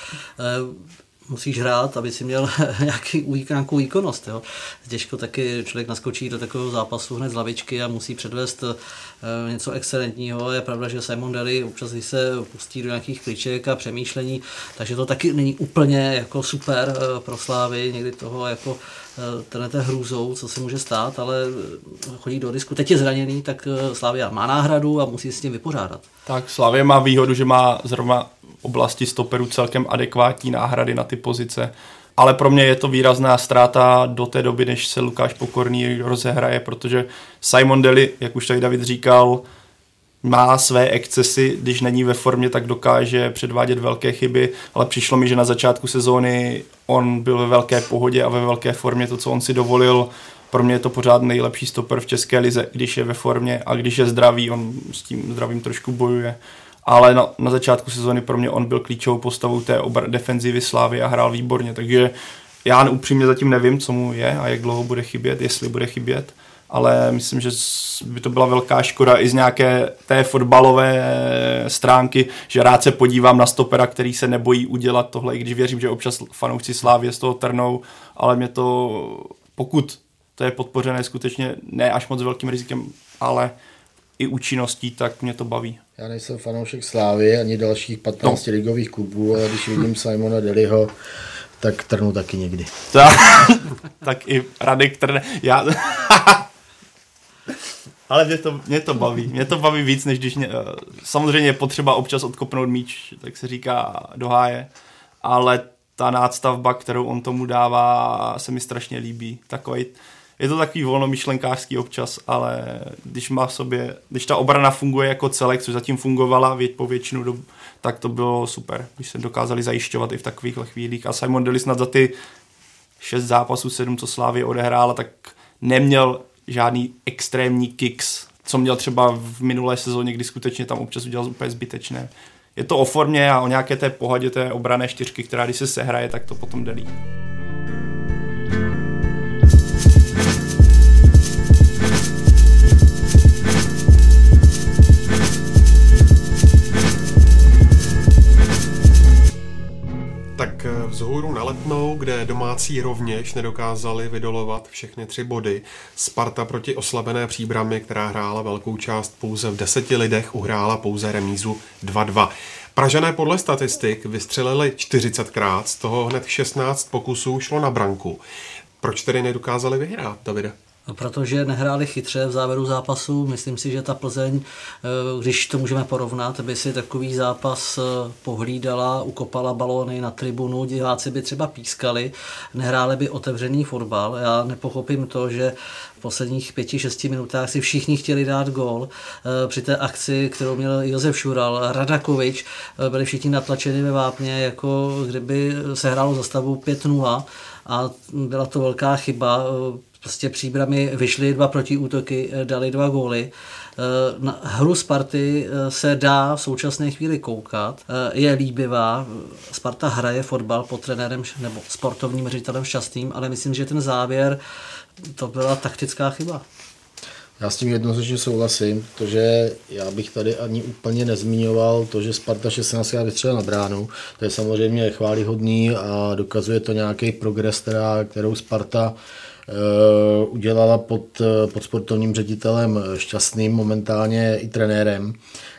Musíš hrát, aby si měl nějaký, nějakou výkonnost. Jo. Těžko taky člověk naskočí do takového zápasu hned z lavičky a musí předvést něco excelentního. Je pravda, že Simon Daly občas, když se pustí do nějakých kliček a přemýšlení, takže to taky není úplně jako super pro Slávy, někdy toho jako tenhle hrůzou, co se může stát, ale chodí do disku. Teď je zraněný, tak Slavia má náhradu a musí s tím vypořádat. Tak Slavia má výhodu, že má zrovna oblasti stoperů celkem adekvátní náhrady na ty pozice, ale pro mě je to výrazná ztráta do té doby, než se Lukáš Pokorný rozehraje, protože Simon Daly, jak už tady David říkal, má své excesy, když není ve formě, tak dokáže předvádět velké chyby, ale přišlo mi, že na začátku sezóny on byl ve velké pohodě a ve velké formě, to, co on si dovolil, pro mě je to pořád nejlepší stoper v české lize, když je ve formě a když je zdravý, on s tím zdravím trošku bojuje. Ale na, na začátku sezóny pro mě on byl klíčovou postavou té obr- defenzivy Slávy a hrál výborně, takže já upřímně zatím nevím, co mu je a jak dlouho bude chybět, jestli bude chybět, ale myslím, že by to byla velká škoda i z nějaké té fotbalové stránky, že rád se podívám na stopera, který se nebojí udělat tohle, i když věřím, že občas fanoušci Slávy z toho trnou, ale mě to, pokud to je podpořené skutečně ne až moc velkým rizikem, ale i účinností, tak mě to baví. Já nejsem fanoušek Slávy ani dalších patnácti no. ligových klubů, ale když vidím Simona Dalyho, tak trnu taky někdy. Tak, tak i Radek trne. Já... Ale mě to, mě to baví. Mě to baví víc, než když... Mě, samozřejmě je potřeba občas odkopnout míč, tak se říká do háje, ale ta nástavba, kterou on tomu dává, se mi strašně líbí. Takový, je to takový volnomyšlenkářský občas, ale když má v sobě, když ta obrana funguje jako celek, což zatím fungovala věď po většinu dobu, tak to bylo super, když se dokázali zajišťovat i v takovýchhle chvílích. A Simon Daly snad za ty šest zápasů, sedm, co Slavie odehrála, tak neměl žádný extrémní kicks, co měl třeba v minulé sezóně, kdy skutečně tam občas udělal úplně zbytečné. Je to o formě a o nějaké té pohodě té obranné čtyřky, která když se sehraje, tak to potom jde líp. Tak vzhůru na Letnou, kde domácí rovněž nedokázali vydolovat všechny tři body. Sparta proti oslabené Příbrami, která hrála velkou část pouze v deseti lidech, uhrála pouze remízu dva dva. Pražané podle statistik vystřelili čtyřicetkrát, z toho hned šestnáct pokusů šlo na branku. Proč tedy nedokázali vyhrát, Davide? Protože nehráli chytře v závěru zápasu. Myslím si, že ta Plzeň, když to můžeme porovnat, by si takový zápas pohlídala, ukopala balóny na tribunu, diváci by třeba pískali, nehráli by otevřený fotbal. Já nepochopím to, že v posledních pěti, šesti minutách si všichni chtěli dát gól. Při té akci, kterou měl Josef Šural, Radakovič, byli všichni natlačeni ve vápně, jako kdyby se hrálo za stavu pět nula a byla to velká chyba. Prostě Příbrami vyšly dva protiútoky, dali dva góly. Na hru Sparty se dá v současné chvíli koukat. Je líbivá. Sparta hraje fotbal pod trenérem nebo sportovním ředitelem Šťastným, ale myslím, že ten závěr to byla taktická chyba. Já s tím jednoznačně souhlasím, protože já bych tady ani úplně nezmiňoval to, že Sparta šestnáctkrát vystřelila na bránu. To je samozřejmě chvályhodný a dokazuje to nějaký progres, teda, kterou Sparta uh, udělala pod, pod sportovním ředitelem Šťastným, momentálně i trenérem.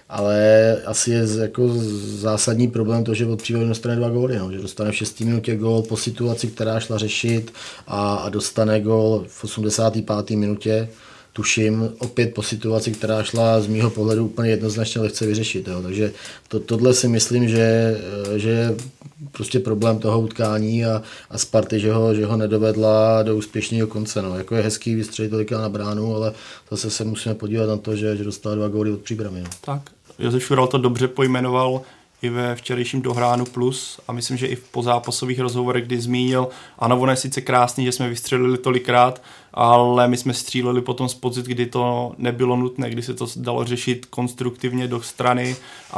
Ale asi je jako zásadní problém to, že od Příbrami dostane dva góly, no, že dostane v šesté minutě gól po situaci, která šla řešit a, a dostane gól v osmdesáté páté minutě. Tuším, opět po situaci, která šla z mýho pohledu úplně jednoznačně lehce vyřešit. Jo. Takže to, tohle si myslím, že, že je prostě problém toho utkání a, a Sparty, že ho, že ho nedovedla do úspěšného konce. No. Jako je hezký vystřelit tolika na bránu, ale zase se musíme podívat na to, že, že dostala dva góly od Příbrami. No. Tak, Josef Šural to dobře pojmenoval i ve včerejším dohránu plus a myslím, že i v pozápasových rozhovorech, kdy zmínil, ano, ono je sice krásný, že jsme vystřelili tolikrát, ale my jsme stříleli potom z pocit, kdy to nebylo nutné, kdy se to dalo řešit konstruktivně do strany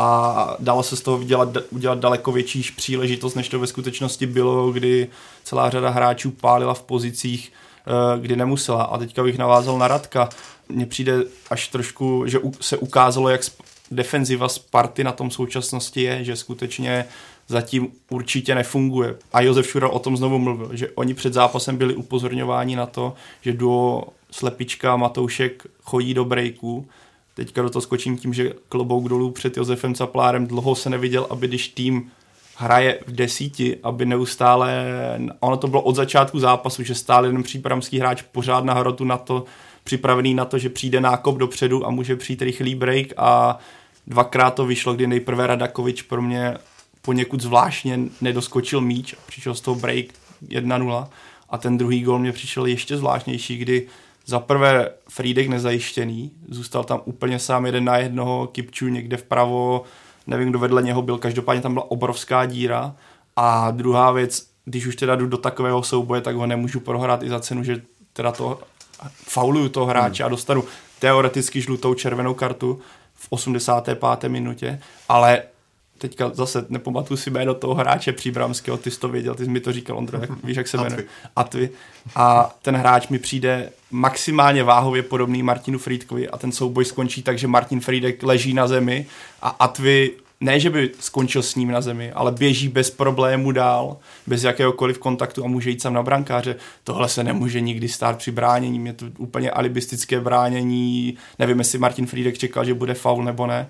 a dalo se z toho udělat, udělat daleko větší příležitost, než to ve skutečnosti bylo, kdy celá řada hráčů pálila v pozicích, kdy nemusela. A teďka bych navázal na Radka. Mně přijde až trošku, že se ukázalo, jak defenziva Sparty na tom současnosti je, že skutečně zatím určitě nefunguje. A Josef Šural o tom znovu mluvil, že oni před zápasem byli upozorňováni na to, že duo Slepička a Matoušek chodí do breaku. Teďka do toho skočím tím, že klobouk dolů před Josefem Caplárem dlouho se neviděl, aby když tým hraje v desíti, aby neustále, ono to bylo od začátku zápasu, že stál jeden příbramský hráč pořád na hrotu na to, připravený na to, že přijde nákop dopředu a může přijít rychlý break a dvakrát to vyšlo, kdy nejprve Radakovič pro mě poněkud zvláštně nedoskočil míč, přišel z toho break jedna nula a ten druhý gól mě přišel ještě zvláštnější, kdy za prvé Frýdek nezajištěný, zůstal tam úplně sám jeden na jednoho, Kipču někde vpravo, nevím, kdo vedle něho byl, každopádně tam byla obrovská díra a druhá věc, když už teda jdu do takového souboje, tak ho nemůžu prohrát i za cenu, že teda to fauluju toho hráče a dostanu teoreticky žlutou červenou kartu v osmdesáté páté minutě, ale teďka zase nepamatuju si jméno toho hráče příbramského, ty jsi to věděl, ty jsi mi to říkal, Ondro, jak, víš, jak se jmenuje? Atvi. A ten hráč mi přijde maximálně váhově podobný Martinu Frýdkovi a ten souboj skončí tak, že Martin Frýdek leží na zemi a Atvi ne, že by skončil s ním na zemi, ale běží bez problému dál, bez jakéhokoliv kontaktu a může jít sám na brankáře. Tohle se nemůže nikdy stát při bránění, je to úplně alibistické bránění, nevím, jestli Martin Frýdek čekal, že bude faul nebo ne.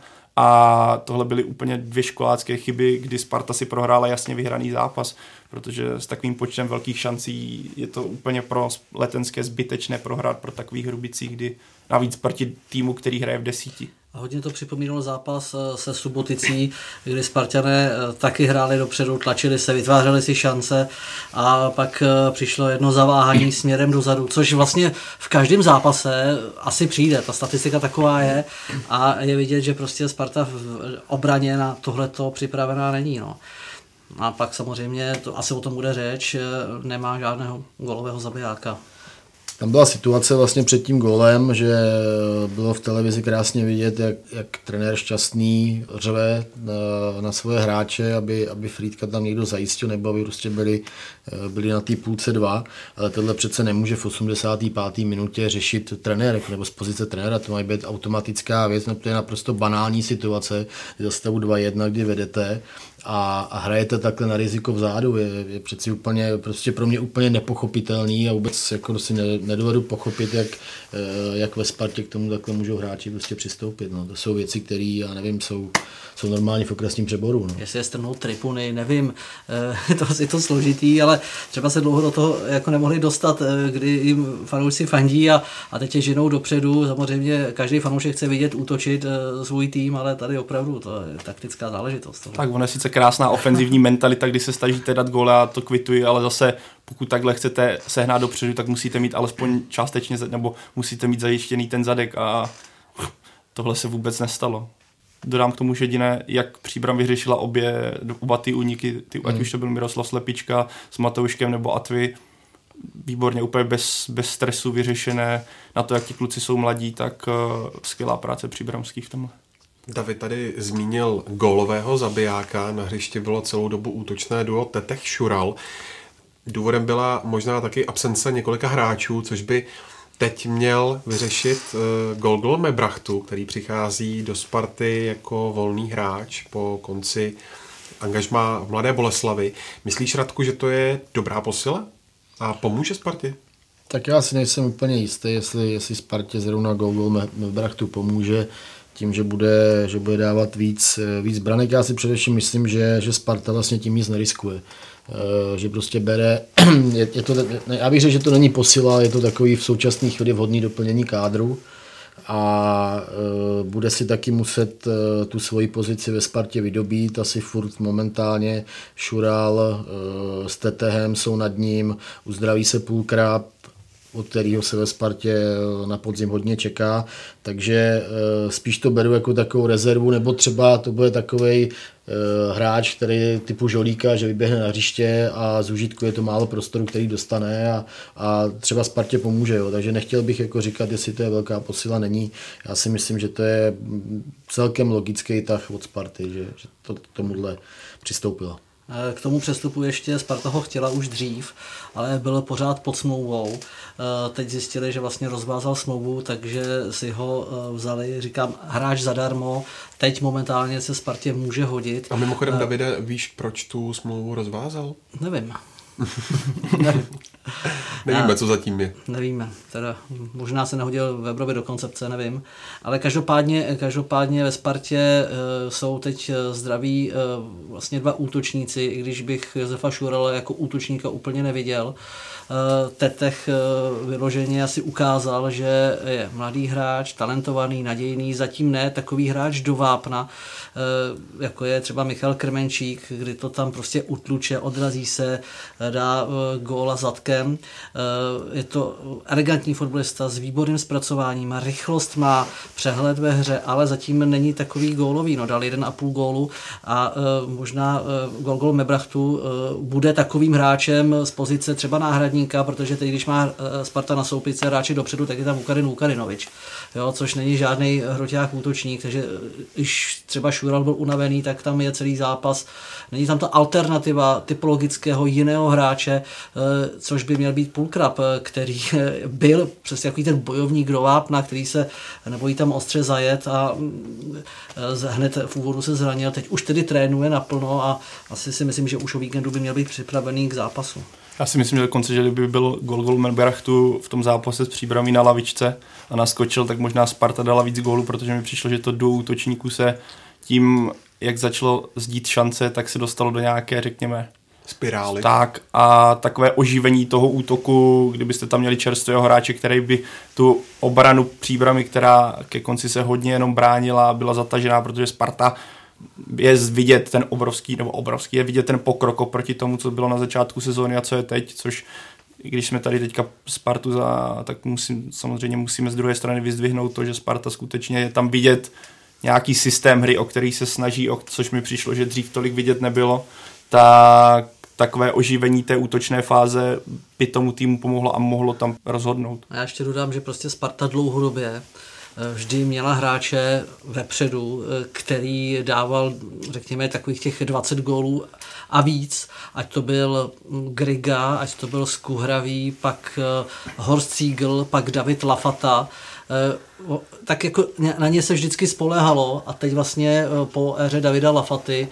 A tohle byly úplně dvě školácké chyby, kdy Sparta si prohrála jasně vyhraný zápas, protože s takovým počtem velkých šancí je to úplně pro Letenské zbytečné prohrát pro takových Hrubicích, kdy navíc proti týmu, který hraje v desíti. A hodně to připomínalo zápas se Suboticí, kdy Spartané taky hráli dopředu, tlačili se, vytvářeli si šance a pak přišlo jedno zaváhání směrem dozadu, což vlastně v každém zápase asi přijde, ta statistika taková je a je vidět, že prostě Sparta v obraně na tohleto připravená není. No. A pak samozřejmě, to asi o tom bude řeč, nemá žádného gólového zabijáka. Tam byla situace vlastně před tím gólem, že bylo v televizi krásně vidět, jak, jak trenér Šťastný řve na, na svoje hráče, aby, aby Frýdka tam někdo zajistil, nebo aby prostě byli, byli na té půlce dva, ale tohle přece nemůže v osmdesáté páté minutě řešit trenér, nebo z pozice trenéra, to má být automatická věc, no to je naprosto banální situace, za stavu dva jedna, kdy vedete a, a hrajete takhle na riziko vzadu, je, je přeci úplně, prostě pro mě úplně nepochopitelný a vůbec jako si ne, nedovedu pochopit, jak, jak ve Spartě k tomu takhle můžou hráči prostě přistoupit. No. To jsou věci, které, já nevím, jsou, jsou normální v okresním přeboru. No. Jestli je strhnout tribuny, nevím, to je to složitý, ale třeba se dlouho do toho jako nemohli dostat, kdy jim fanoušci fandí a, a teď je ženou dopředu. Samozřejmě každý fanoušek chce vidět útočit svůj tým, ale tady opravdu to je taktická záležitost. Tak ono je sice krásná ofenzivní mentalita, kdy se snažíte dát góla a to kvituji, ale zase pokud takhle chcete sehnat dopředu, tak musíte mít alespoň částečně, nebo musíte mít zajištěný ten zadek a tohle se vůbec nestalo. Dodám k tomu, že jediné, jak Příbram vyřešila obě, oba ty úniky, ty, ať už to byl Miroslav Slepička s Matouškem nebo Atvy, výborně, úplně bez, bez stresu vyřešené, na to, jak ti kluci jsou mladí, tak uh, skvělá práce příbramských v tomhle. David tady zmínil gólového zabijáka, na hřišti bylo celou dobu útočné duo Tetech Šural. Důvodem byla možná taky absence několika hráčů, což by teď měl vyřešit uh, Golgol Mebrachtu, který přichází do Sparty jako volný hráč po konci angažmá v Mladé Boleslavi. Myslíš, Radku, že to je dobrá posila a pomůže Spartě? Tak já si nejsem úplně jistý, jestli, jestli Spartě zrovna Golgol Mebrachtu pomůže tím, že bude, že bude dávat víc, víc branek. Já si především myslím, že, že Sparta vlastně tím nic neriskuje. E, že prostě bere, je, je to, ne, já bych řekl, že to není posila, je to takový v současné chvíli vhodný doplnění kádru a e, bude si taky muset e, tu svoji pozici ve Spartě vydobít, asi furt momentálně Šural e, s Tetehem jsou nad ním, uzdraví se Půlkrab, od kterého se ve Spartě na podzim hodně čeká, takže spíš to beru jako takovou rezervu, nebo třeba to bude takovej hráč, který typu Žolíka, že vyběhne na hřiště a zužitkuje to málo prostoru, který dostane a, a třeba Spartě pomůže. Jo. Takže nechtěl bych jako říkat, jestli to je velká posila, není. Já si myslím, že to je celkem logický tah od Sparty, že, že to tomuhle přistoupila. K tomu přestupu ještě Sparta ho chtěla už dřív, ale byl pořád pod smlouvou. Teď zjistili, že vlastně rozvázal smlouvu, takže si ho vzali, říkám, hráč zadarmo. Teď momentálně se Spartě může hodit. A mimochodem, Davide, víš, proč tu smlouvu rozvázal? Nevím. Nevím. Nevíme, co zatím je. Nevíme, teda možná se nehodil Vebrovi do koncepce, nevím. Ale každopádně, každopádně ve Spartě e, jsou teď zdraví e, vlastně dva útočníci, i když bych Josefa Šurala jako útočníka úplně neviděl. E, Tetech e, vyloženě asi ukázal, že je mladý hráč, talentovaný, nadějný, zatím ne takový hráč do vápna, e, jako je třeba Michal Krmenčík, kdy to tam prostě utluče, odrazí se, dá e, góla zadkem. Je to elegantní fotbalista s výborným zpracováním, má rychlost, má přehled ve hře, ale zatím není takový gólový. No, dal jeden a půl gólu a uh, možná uh, Golgol Mebrachtu uh, bude takovým hráčem z pozice třeba náhradníka, protože teď, když má uh, Sparta na soupice hráči dopředu, tak je tam Vukarin Vukarinovič, jo, což není žádný hroťák útočník, takže když třeba Šural byl unavený, tak tam je celý zápas. Není tam ta alternativa typologického jiného hráče, uh, což by měl být Půlkrab, který byl přes takový ten bojovník do vápna, který se nebojí tam ostře zajet a hned v úvodu se zranil. Teď už tedy trénuje naplno a asi si myslím, že už o víkendu by měl být připravený k zápasu. Já si myslím, že dokonce, že kdyby byl Golgol Mebrachtu v tom zápase s Příbramí na lavičce a naskočil, tak možná Sparta dala víc gólů, protože mi přišlo, že to duo útočníků se tím, jak začalo zdít šance, tak se dostalo do nějaké, řekněme, spirály. Tak a takové oživení toho útoku, kdybyste tam měli čerstvého hráče, který by tu obranu Příbrami, která ke konci se hodně jenom bránila, byla zatažená, protože Sparta je vidět ten obrovský, nebo obrovský, je vidět ten pokrok oproti tomu, co bylo na začátku sezóny a co je teď, což když jsme tady teďka Spartu za, tak musím, samozřejmě musíme z druhé strany vyzdvihnout to, že Sparta skutečně je tam vidět nějaký systém hry, o který se snaží, o což mi přišlo, že dřív tolik vidět nebylo, tak takové oživení té útočné fáze by tomu týmu pomohlo a mohlo tam rozhodnout. A já ještě dodám, že prostě Sparta dlouhodobě vždy měla hráče vepředu, který dával, řekněme, takových těch dvacet gólů a víc, ať to byl Griga, ať to byl Skuhravý, pak Horst Siegel, pak David Lafata, tak jako na ně se vždycky spoléhalo a teď vlastně po éře Davida Lafaty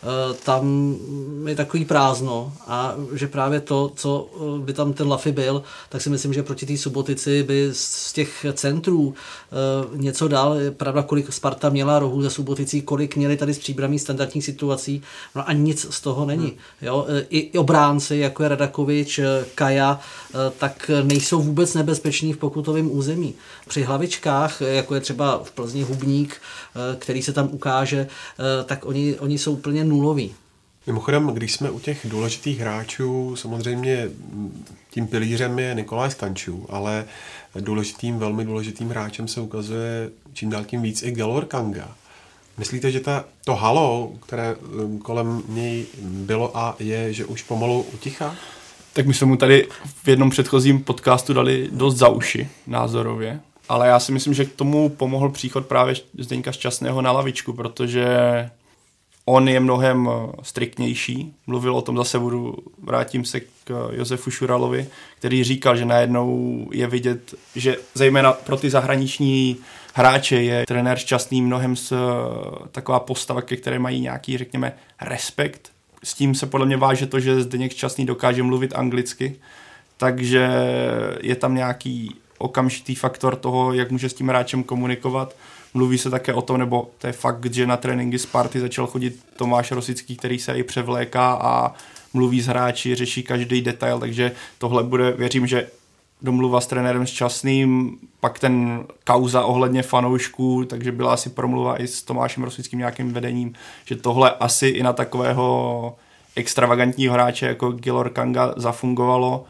tam je takový prázdno a že právě to, co by tam ten Lafy byl, tak si myslím, že proti té Subotici by z těch centrů něco dal. Pravda, kolik Sparta měla rohů ze Suboticí, kolik měli tady s Příbramí standardních situací, no a nic z toho není. Jo? I, i obránci, jako je Radakovič, Kaja, tak nejsou vůbec nebezpeční v pokutovém území. Při hlavičkách, jako je třeba v Plzni Hubník, který se tam ukáže, tak oni, oni jsou úplně nulový. Mimochodem, když jsme u těch důležitých hráčů, samozřejmě tím pilířem je Nikolaj Stančů, ale důležitým, velmi důležitým hráčem se ukazuje čím dál tím víc i Gellor Kanga. Myslíte, že ta, to halo, které kolem něj bylo a je, že už pomalu utichá? Tak my jsme mu tady v jednom předchozím podcastu dali dost za uši názorově, ale já si myslím, že k tomu pomohl příchod právě Zdeňka Šťastného na lavičku, protože on je mnohem striktnější. Mluvil o tom zase, budu, vrátím se k Josefu Šuralovi, který říkal, že najednou je vidět, že zejména pro ty zahraniční hráče je trenér Šťastný mnohem s, taková postava, ke které mají nějaký, řekněme, respekt. S tím se podle mě váže to, že Zdeněk Šťastný dokáže mluvit anglicky, takže je tam nějaký okamžitý faktor toho, jak může s tím hráčem komunikovat. Mluví se také o tom, nebo to je fakt, že na tréninky Sparty začal chodit Tomáš Rosický, který se i převléká a mluví s hráči, řeší každý detail, takže tohle bude, věřím, že domluva s trenérem Šťastným, pak ten kauza ohledně fanoušků, takže byla asi promluva i s Tomášem Rosickým nějakým vedením, že tohle asi i na takového extravagantního hráče jako Gellor Kanga zafungovalo.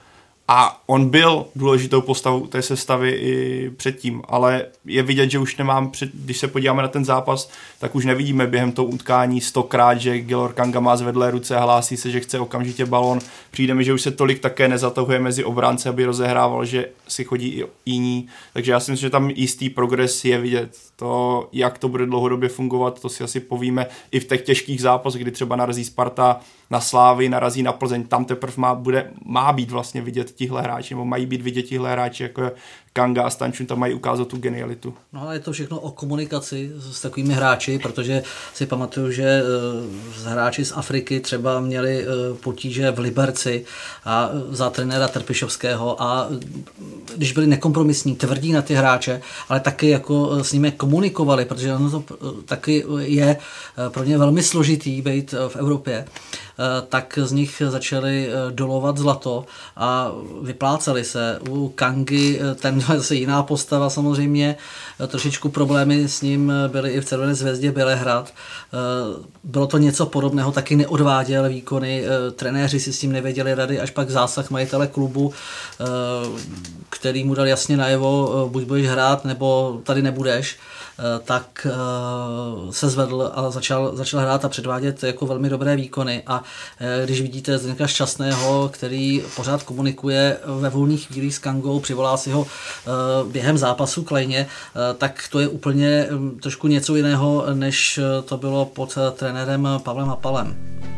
A on byl důležitou postavou té sestavy i předtím, ale je vidět, že už nemám, před, když se podíváme na ten zápas, tak už nevidíme během toho utkání stokrát, že Gellor Kanga má zvedlé ruce a hlásí se, že chce okamžitě balón. Přijde mi, že už se tolik také nezatahuje mezi obránce, aby rozehrával, že si chodí i jiní. Takže já si myslím, že tam jistý progres je vidět. To, jak to bude dlouhodobě fungovat, to si asi povíme i v těch těžkých zápasech, kdy třeba narazí Sparta na Slávy, narazí na Plzeň, tam teprve má, bude, má být vlastně vidět tihle hráči, nebo mají být vidět tihle hráči, jako je Kanga a Stančun, tam mají ukázat tu genialitu. No ale je to všechno o komunikaci s takovými hráči, protože si pamatuju, že z hráči z Afriky třeba měli potíže v Liberci a za trenéra Trpišovského a když byli nekompromisní, tvrdí na ty hráče, ale taky jako s nimi komunikovali, protože ono to taky je pro ně velmi složitý být v Evropě, tak z nich začali dolovat zlato a vypláceli se. U Kangy ten zase jiná postava samozřejmě, trošičku problémy s ním byly i v Červené zvězdě Bělehrad. Bylo to něco podobného, taky neodváděl výkony, trenéři si s tím nevěděli rady, až pak zásah majitele klubu, který mu dal jasně najevo, buď budeš hrát, nebo tady nebudeš, tak se zvedl a začal, začal hrát a předvádět jako velmi dobré výkony. A když vidíte Zdeňka Šťastného, který pořád komunikuje ve volných chvílích s Kangou, přivolá si ho během zápasu k lejně, tak to je úplně trošku něco jiného, než to bylo pod trenérem Pavlem Hapalem.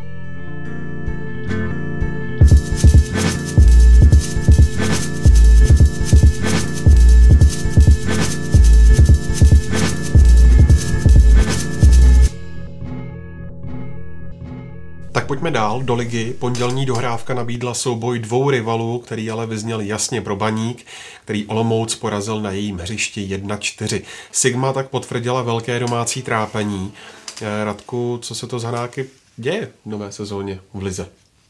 Tak pojďme dál do ligy. Pondělní dohrávka nabídla souboj dvou rivalů, který ale vyzněl jasně pro Baník, který Olomouc porazil na jejím hřišti jedna čtyři. Sigma tak potvrdila velké domácí trápení. Radku, co se to z Hanáky děje v nové sezóně v lize?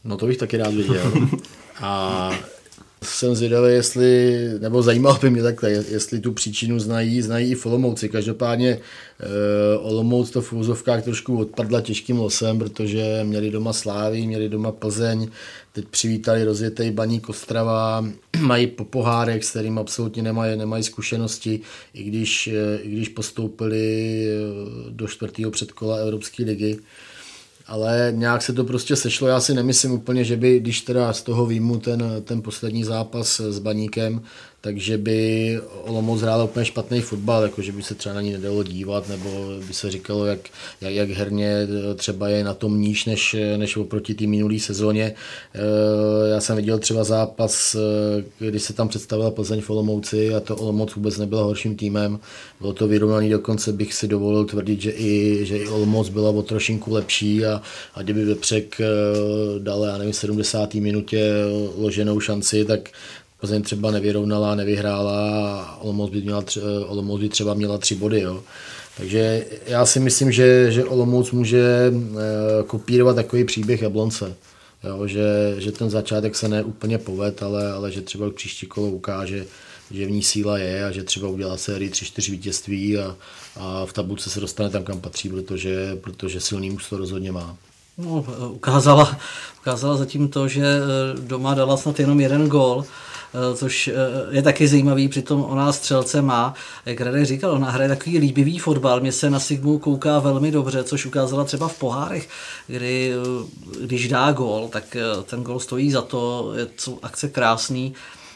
No to bych taky rád viděl. A jsem zvědavý, jestli, nebo zajímalo by mě takhle, jestli tu příčinu znají, znají i v Olomouci. Každopádně eh, Olomouc to v úzovkách trošku odpadla těžkým losem, protože měli doma Slávy, měli doma Plzeň, teď přivítali rozjetý Baník Ostrava, mají po pohárek, s kterým absolutně nemají, nemají zkušenosti, i když, eh, i když postoupili do čtvrtého předkola Evropské ligy. Ale nějak se to prostě sešlo. Já si nemyslím úplně, že by, když teda z toho výjmu ten, ten poslední zápas s Baníkem, takže by Olomouc hrál úplně špatný fotbal, jako že by se třeba na ní nedalo dívat, nebo by se říkalo, jak, jak, jak herně třeba je na tom níž, než, než oproti té minulé sezóně. Já jsem viděl třeba zápas, kdy se tam představila Plzeň v Olomouci a to Olomouc vůbec nebyla horším týmem. Bylo to vyrovnaný, dokonce bych si dovolil tvrdit, že i, že i Olomouc byla o trošinku lepší a, a kdyby Vepřek dal, já nevím, v sedmdesáté minutě loženou šanci, tak Plzeň třeba nevyrovnala, nevyhrála a Olomouc by, měla tři, Olomouc by třeba měla tři body. Jo. Takže já si myslím, že, že Olomouc může kopírovat takový příběh Jablonce. Jo, že, že ten začátek se ne úplně poved, ale, ale že třeba příští kolo ukáže, že v ní síla je a že třeba udělá sérii tři čtyři vítězství a, a v tabulce se dostane tam, kam patří, protože, protože silný muž to rozhodně má. No, ukázala, ukázala zatím to, že doma dala snad jenom jeden gól, což je taky zajímavý, přitom ona střelce má, jak Radek říkal, ona hraje takový líbivý fotbal, mě se na Sigmu kouká velmi dobře, což ukázala třeba v pohárech, kdy když dá gól, tak ten gól stojí za to, je to akce krásný,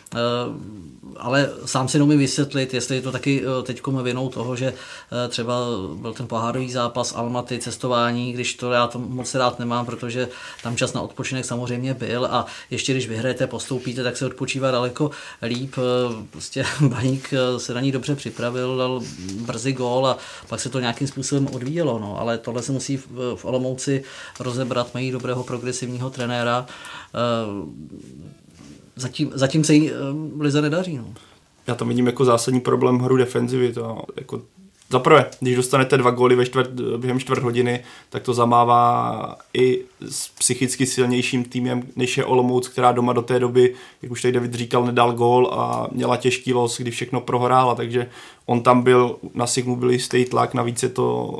ale sám si neumím vysvětlit, jestli je to taky teďkom vinou toho, že třeba byl ten pohárový zápas Almaty, cestování, když to já to moc rád nemám, protože tam čas na odpočinek samozřejmě byl a ještě když vyhrajete, postoupíte, tak se odpočívá daleko líp. Prostě Baník se na ní dobře připravil, dal brzy gól a pak se to nějakým způsobem odvíjelo, no, ale tohle se musí v Olomouci rozebrat, mají dobrého progresivního trenéra. Zatím, zatím se jí uh, lize nedaří. No. Já tam vidím jako zásadní problém hru defenzivy. To jako, zaprvé, když dostanete dva góly ve čtvrt, během čtvrt hodiny, tak to zamává i s psychicky silnějším týmem, než je Olomouc, která doma do té doby, jak už tady David říkal, nedal gól a měla těžký los, kdy všechno prohrála, takže on tam byl, na Sigmu byl jistý tlak, navíc je to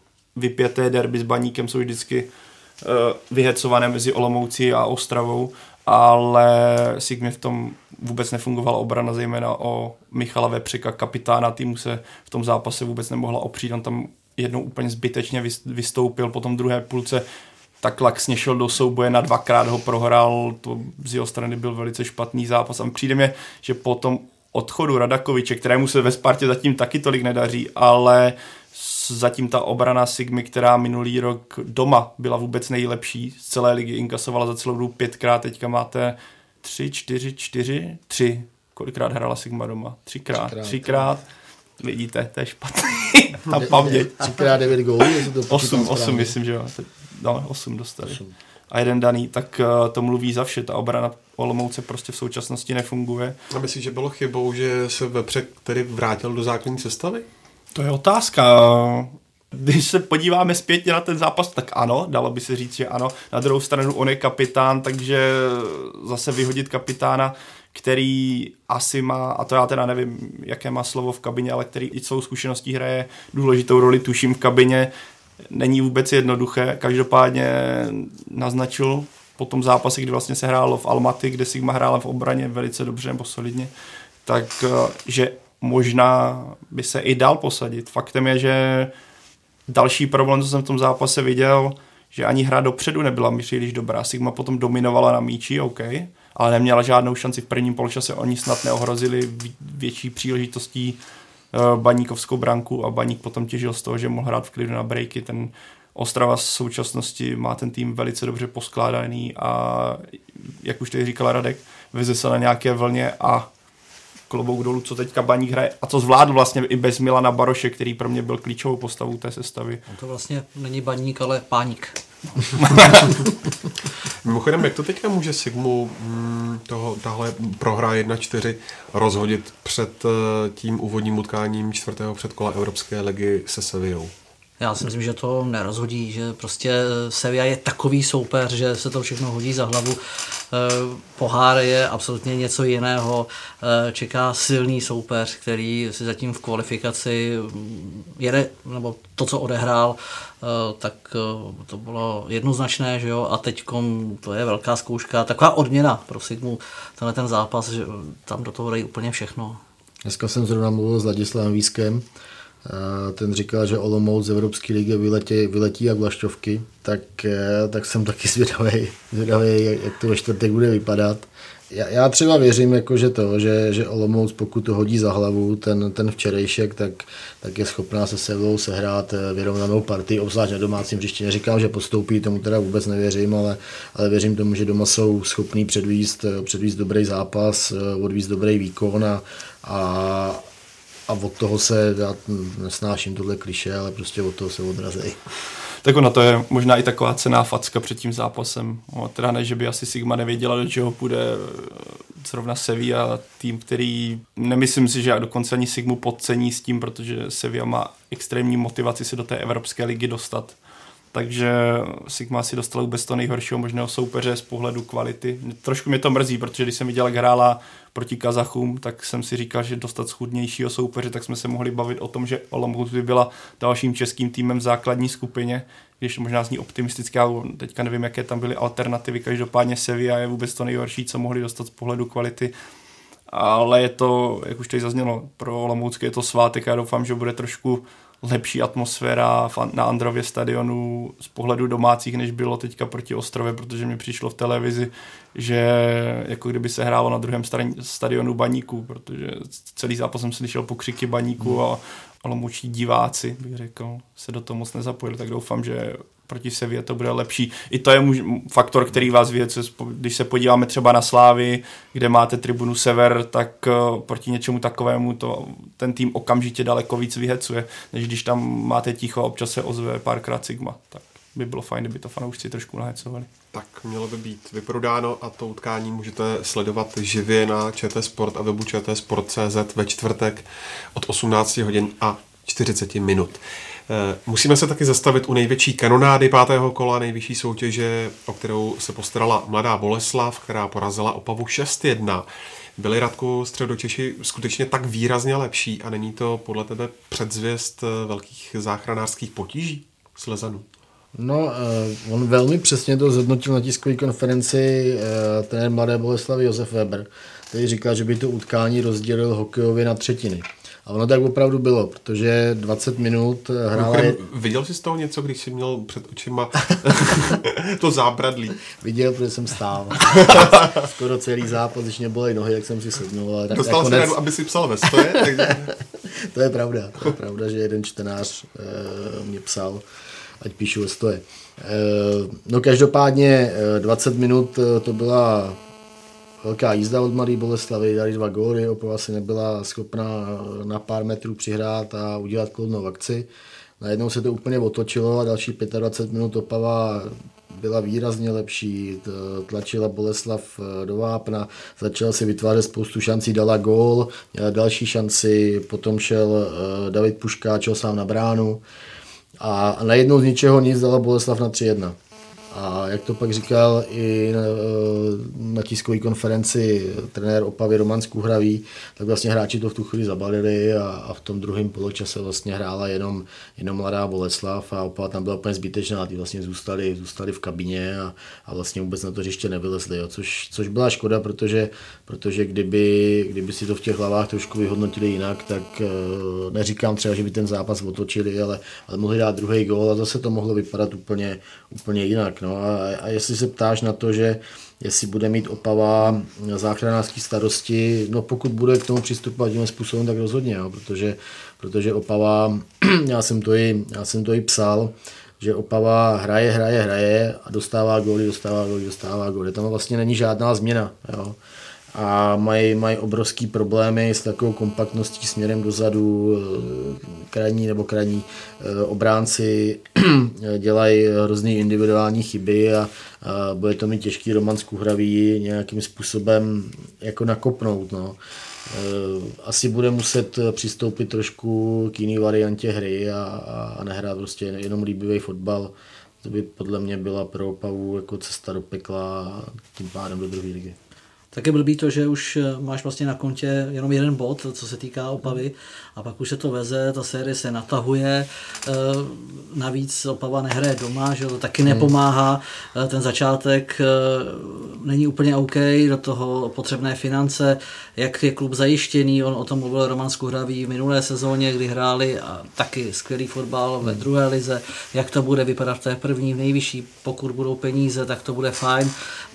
vypěté derby s Baníkem, jsou vždycky uh, vyhecované mezi Olomoucí a Ostravou, ale Sigmě v tom vůbec nefungovala obrana, zejména o Michala Vepřeka, kapitána týmu, se v tom zápase vůbec nemohla opřít, on tam jednou úplně zbytečně vystoupil, po tom druhé půlce tak laxně šel do souboje, na dvakrát ho prohrál, to z jeho strany byl velice špatný zápas a přijde mě, že po tom odchodu Radakoviče, kterému se ve Spartě zatím taky tolik nedaří, ale zatím ta obrana Sigmy, která minulý rok doma byla vůbec nejlepší z celé ligy, inkasovala za celou dobu pětkrát, teďka máte tři, čtyři, čtyři, tři. Kolikrát hrála Sigma doma? Třikrát. Třikrát. Třikrát. Vidíte, to je špatný. Na paměť. Třikrát devět gólů. Osm, osm, myslím, že jo. No, osm dostali. Osm. A jeden daný, tak to mluví za vše. Ta obrana Olomouce prostě v současnosti nefunguje. A myslíš, že bylo chybou, že se Vepřek tedy vrátil do základní sestavy? To je otázka. Když se podíváme zpětně na ten zápas, tak ano, dalo by se říct, že ano. Na druhou stranu on je kapitán, takže zase vyhodit kapitána, který asi má, a to já teda nevím, jaké má slovo v kabině, ale který i svou zkušeností hraje důležitou roli, tuším, v kabině, není vůbec jednoduché. Každopádně naznačil po tom zápase, kdy vlastně se hrálo v Almaty, kde Sigma hrála v obraně velice dobře nebo solidně, tak že možná by se i dal posadit. Faktem je, že další problém, co jsem v tom zápase viděl, že ani hra dopředu nebyla příliš dobrá. Sigma potom dominovala na míči, OK, ale neměla žádnou šanci v prvním poločase. Oni snad neohrozili větší příležitostí uh, Baníkovskou branku a Baník potom těžil z toho, že mohl hrát v klidu na breaky. Ten Ostrava v současnosti má ten tým velice dobře poskládaný a jak už tady říkal Radek, veze se na nějaké vlně a klobouk dolů, co teďka Baník hraje a co zvládl vlastně i bez Milana Baroše, který pro mě byl klíčovou postavou té sestavy. On to vlastně není Baník, ale Páník. Mimochodem, jak to teďka může Sigmu toho, tahle prohra jedna čtyři rozhodit před tím úvodním utkáním čtvrtého předkola Evropské ligy se Sevillou? Já si myslím, že to nerozhodí, že prostě Sevilla je takový soupeř, že se to všechno hodí za hlavu. Pohár je absolutně něco jiného. Čeká silný soupeř, který si zatím v kvalifikaci jede, nebo to, co odehrál, tak to bylo jednoznačné, že jo, a teďkom to je velká zkouška, taková odměna pro Sigmu, tenhle ten zápas, že tam do toho dají úplně všechno. Dneska jsem zrovna mluvil s Ladislavem Vískem. Ten říkal, že Olomouc z Evropské ligy vyletí, vyletí jak vlašťovky, tak, tak jsem taky zvědavý, zvědavý, jak to ve čtvrtek bude vypadat. Já, já třeba věřím, jako, že to, že, že Olomouc, pokud to hodí za hlavu, ten, ten včerejšek, tak, tak je schopná se Sevillou sehrát vyrovnanou partii, obzvlášť na domácím hřišti. Neříkám, že postoupí, tomu teda vůbec nevěřím, ale, ale věřím tomu, že doma jsou schopní předvíst, předvíst dobrý zápas, odvíst dobrý výkon a, a A od toho se, já nesnáším tohle klišé, ale prostě od toho se odrazej. Tak ono to je možná i taková cenná facka před tím zápasem. O, teda ne, že by asi Sigma nevěděla, do čeho půjde zrovna Sevilla, tým, který nemyslím si, že já dokonce ani Sigmu podcení s tím, protože Sevilla má extrémní motivaci se do té Evropské ligy dostat. Takže Sigma si dostala vůbec to nejhoršího možného soupeře z pohledu kvality. Trošku mě to mrzí, protože když jsem viděl, jak hrála proti Kazachům, tak jsem si říkal, že dostat schudnějšího soupeře, tak jsme se mohli bavit o tom, že Olomouc by byla dalším českým týmem v základní skupině, když možná zní optimisticky, ale teďka nevím, jaké tam byly alternativy. Každopádně Sevilla je vůbec to nejhorší, co mohli dostat z pohledu kvality. Ale je to, jak už tady zaznělo, pro Olomoucké je to svátek a já doufám, že bude trošku lepší atmosféra na Andrově stadionu z pohledu domácích, než bylo teďka proti Ostrově, protože mi přišlo v televizi, že jako kdyby se hrálo na druhém stadionu Baníků, protože celý zápas jsem slyšel pokřiky Baníků a olomoučtí diváci, bych řekl, se do toho moc nezapojili, tak doufám, že proti Sevě to bude lepší. I to je faktor, který vás vyhecuje, když se podíváme třeba na Slávy, kde máte tribunu Sever, tak proti něčemu takovému to ten tým okamžitě daleko víc vyhecuje, než když tam máte ticho a občas se ozve párkrát Sigma. Tak by bylo fajn, kdyby to fanoušci trošku nahecovali. Tak mělo by být vyprodáno a to utkání můžete sledovat živě na ČT Sport a webu čtsport tečka cé zet ve čtvrtek od osmnáct hodin a čtyřicet minut. Musíme se taky zastavit u největší kanonády pátého kola nejvyšší soutěže, o kterou se postarala Mladá Boleslav, která porazila Opavu šest jedna. Byli, Radku, Středočeši skutečně tak výrazně lepší a není to podle tebe předzvěst velkých záchranářských potíží Slezanů? No, on velmi přesně to zhodnotil na tiskové konferenci trenér Mladé Boleslavy Josef Weber, který říkal, že by to utkání rozdělil hokejově na třetiny. A ono tak opravdu bylo, protože dvacet minut hrála... Je... Viděl jsi z toho něco, když jsi měl před očima to zábradlí? Viděl, protože jsem stál. Skoro celý zápas, když mě bolej nohy, jak jsem si sednul. Ale dostal nakonec... jsi radu, aby si psal ve stoje? Takže... To je pravda, to je pravda, že jeden čtenář e, mě psal, ať píšu ve stoje. E, no každopádně dvacet minut to byla... velká jízda od Mladé Boleslavy, dali dva góly, Opava si nebyla schopná na pár metrů přihrát a udělat kloudnou akci. Najednou se to úplně otočilo a další dvacet pět minut Opava byla výrazně lepší, tlačila Boleslav do vápna, začala si vytvářet spoustu šancí, dala gól, měla další šanci, potom šel David Puškáč sám na bránu a najednou z ničeho nic dala Boleslav na tři jedna. A jak to pak říkal i na, na tiskové konferenci trenér Opavy Roman Skuhravý, tak vlastně hráči to v tu chvíli zabalili a, a v tom druhém poločase vlastně hrála jenom, jenom Mladá Boleslav a Opava tam byla úplně zbytečná, ty vlastně zůstali, zůstali v kabině a, a vlastně vůbec na to hřiště nevylezli, jo. Což, což byla škoda, protože, protože kdyby, kdyby si to v těch hlavách trošku vyhodnotili jinak, tak neříkám třeba, že by ten zápas otočili, ale, ale mohli dát druhý gól a zase to mohlo vypadat úplně, úplně jinak. No a, a jestli se ptáš na to, že jestli bude mít Opava záchranářské starosti, no pokud bude k tomu přistupovat tím způsobem, tak rozhodně, jo, protože, protože Opava, já jsem, to i, já jsem to i psal, že Opava hraje, hraje, hraje a dostává góly, dostává góly, dostává góly. Tam vlastně není žádná změna, jo. A mají, mají obrovský problémy s takovou kompaktností směrem dozadu, krajní nebo krajní obránci dělají hrozný individuální chyby a, a bude to mít těžký Roman Skuhravý nějakým způsobem jako nakopnout. No. asi bude muset přistoupit trošku k jiné variantě hry a, a nehrát prostě jenom líbivý fotbal. To by podle mě byla pro Opavu jako cesta do pekla a tím pádem do druhé ligy. Tak je blbý to, že už máš vlastně na kontě jenom jeden bod, co se týká Opavy, a pak už se to veze, ta série se natahuje, navíc Opava nehraje doma, že to taky nepomáhá, ten začátek není úplně OK, do toho potřebné finance, jak je klub zajištěný, on o tom mluvil Roman Skuhravý v minulé sezóně, kdy hráli a taky skvělý fotbal ve druhé lize, jak to bude vypadat v té první, v nejvyšší, pokud budou peníze, tak to bude fajn.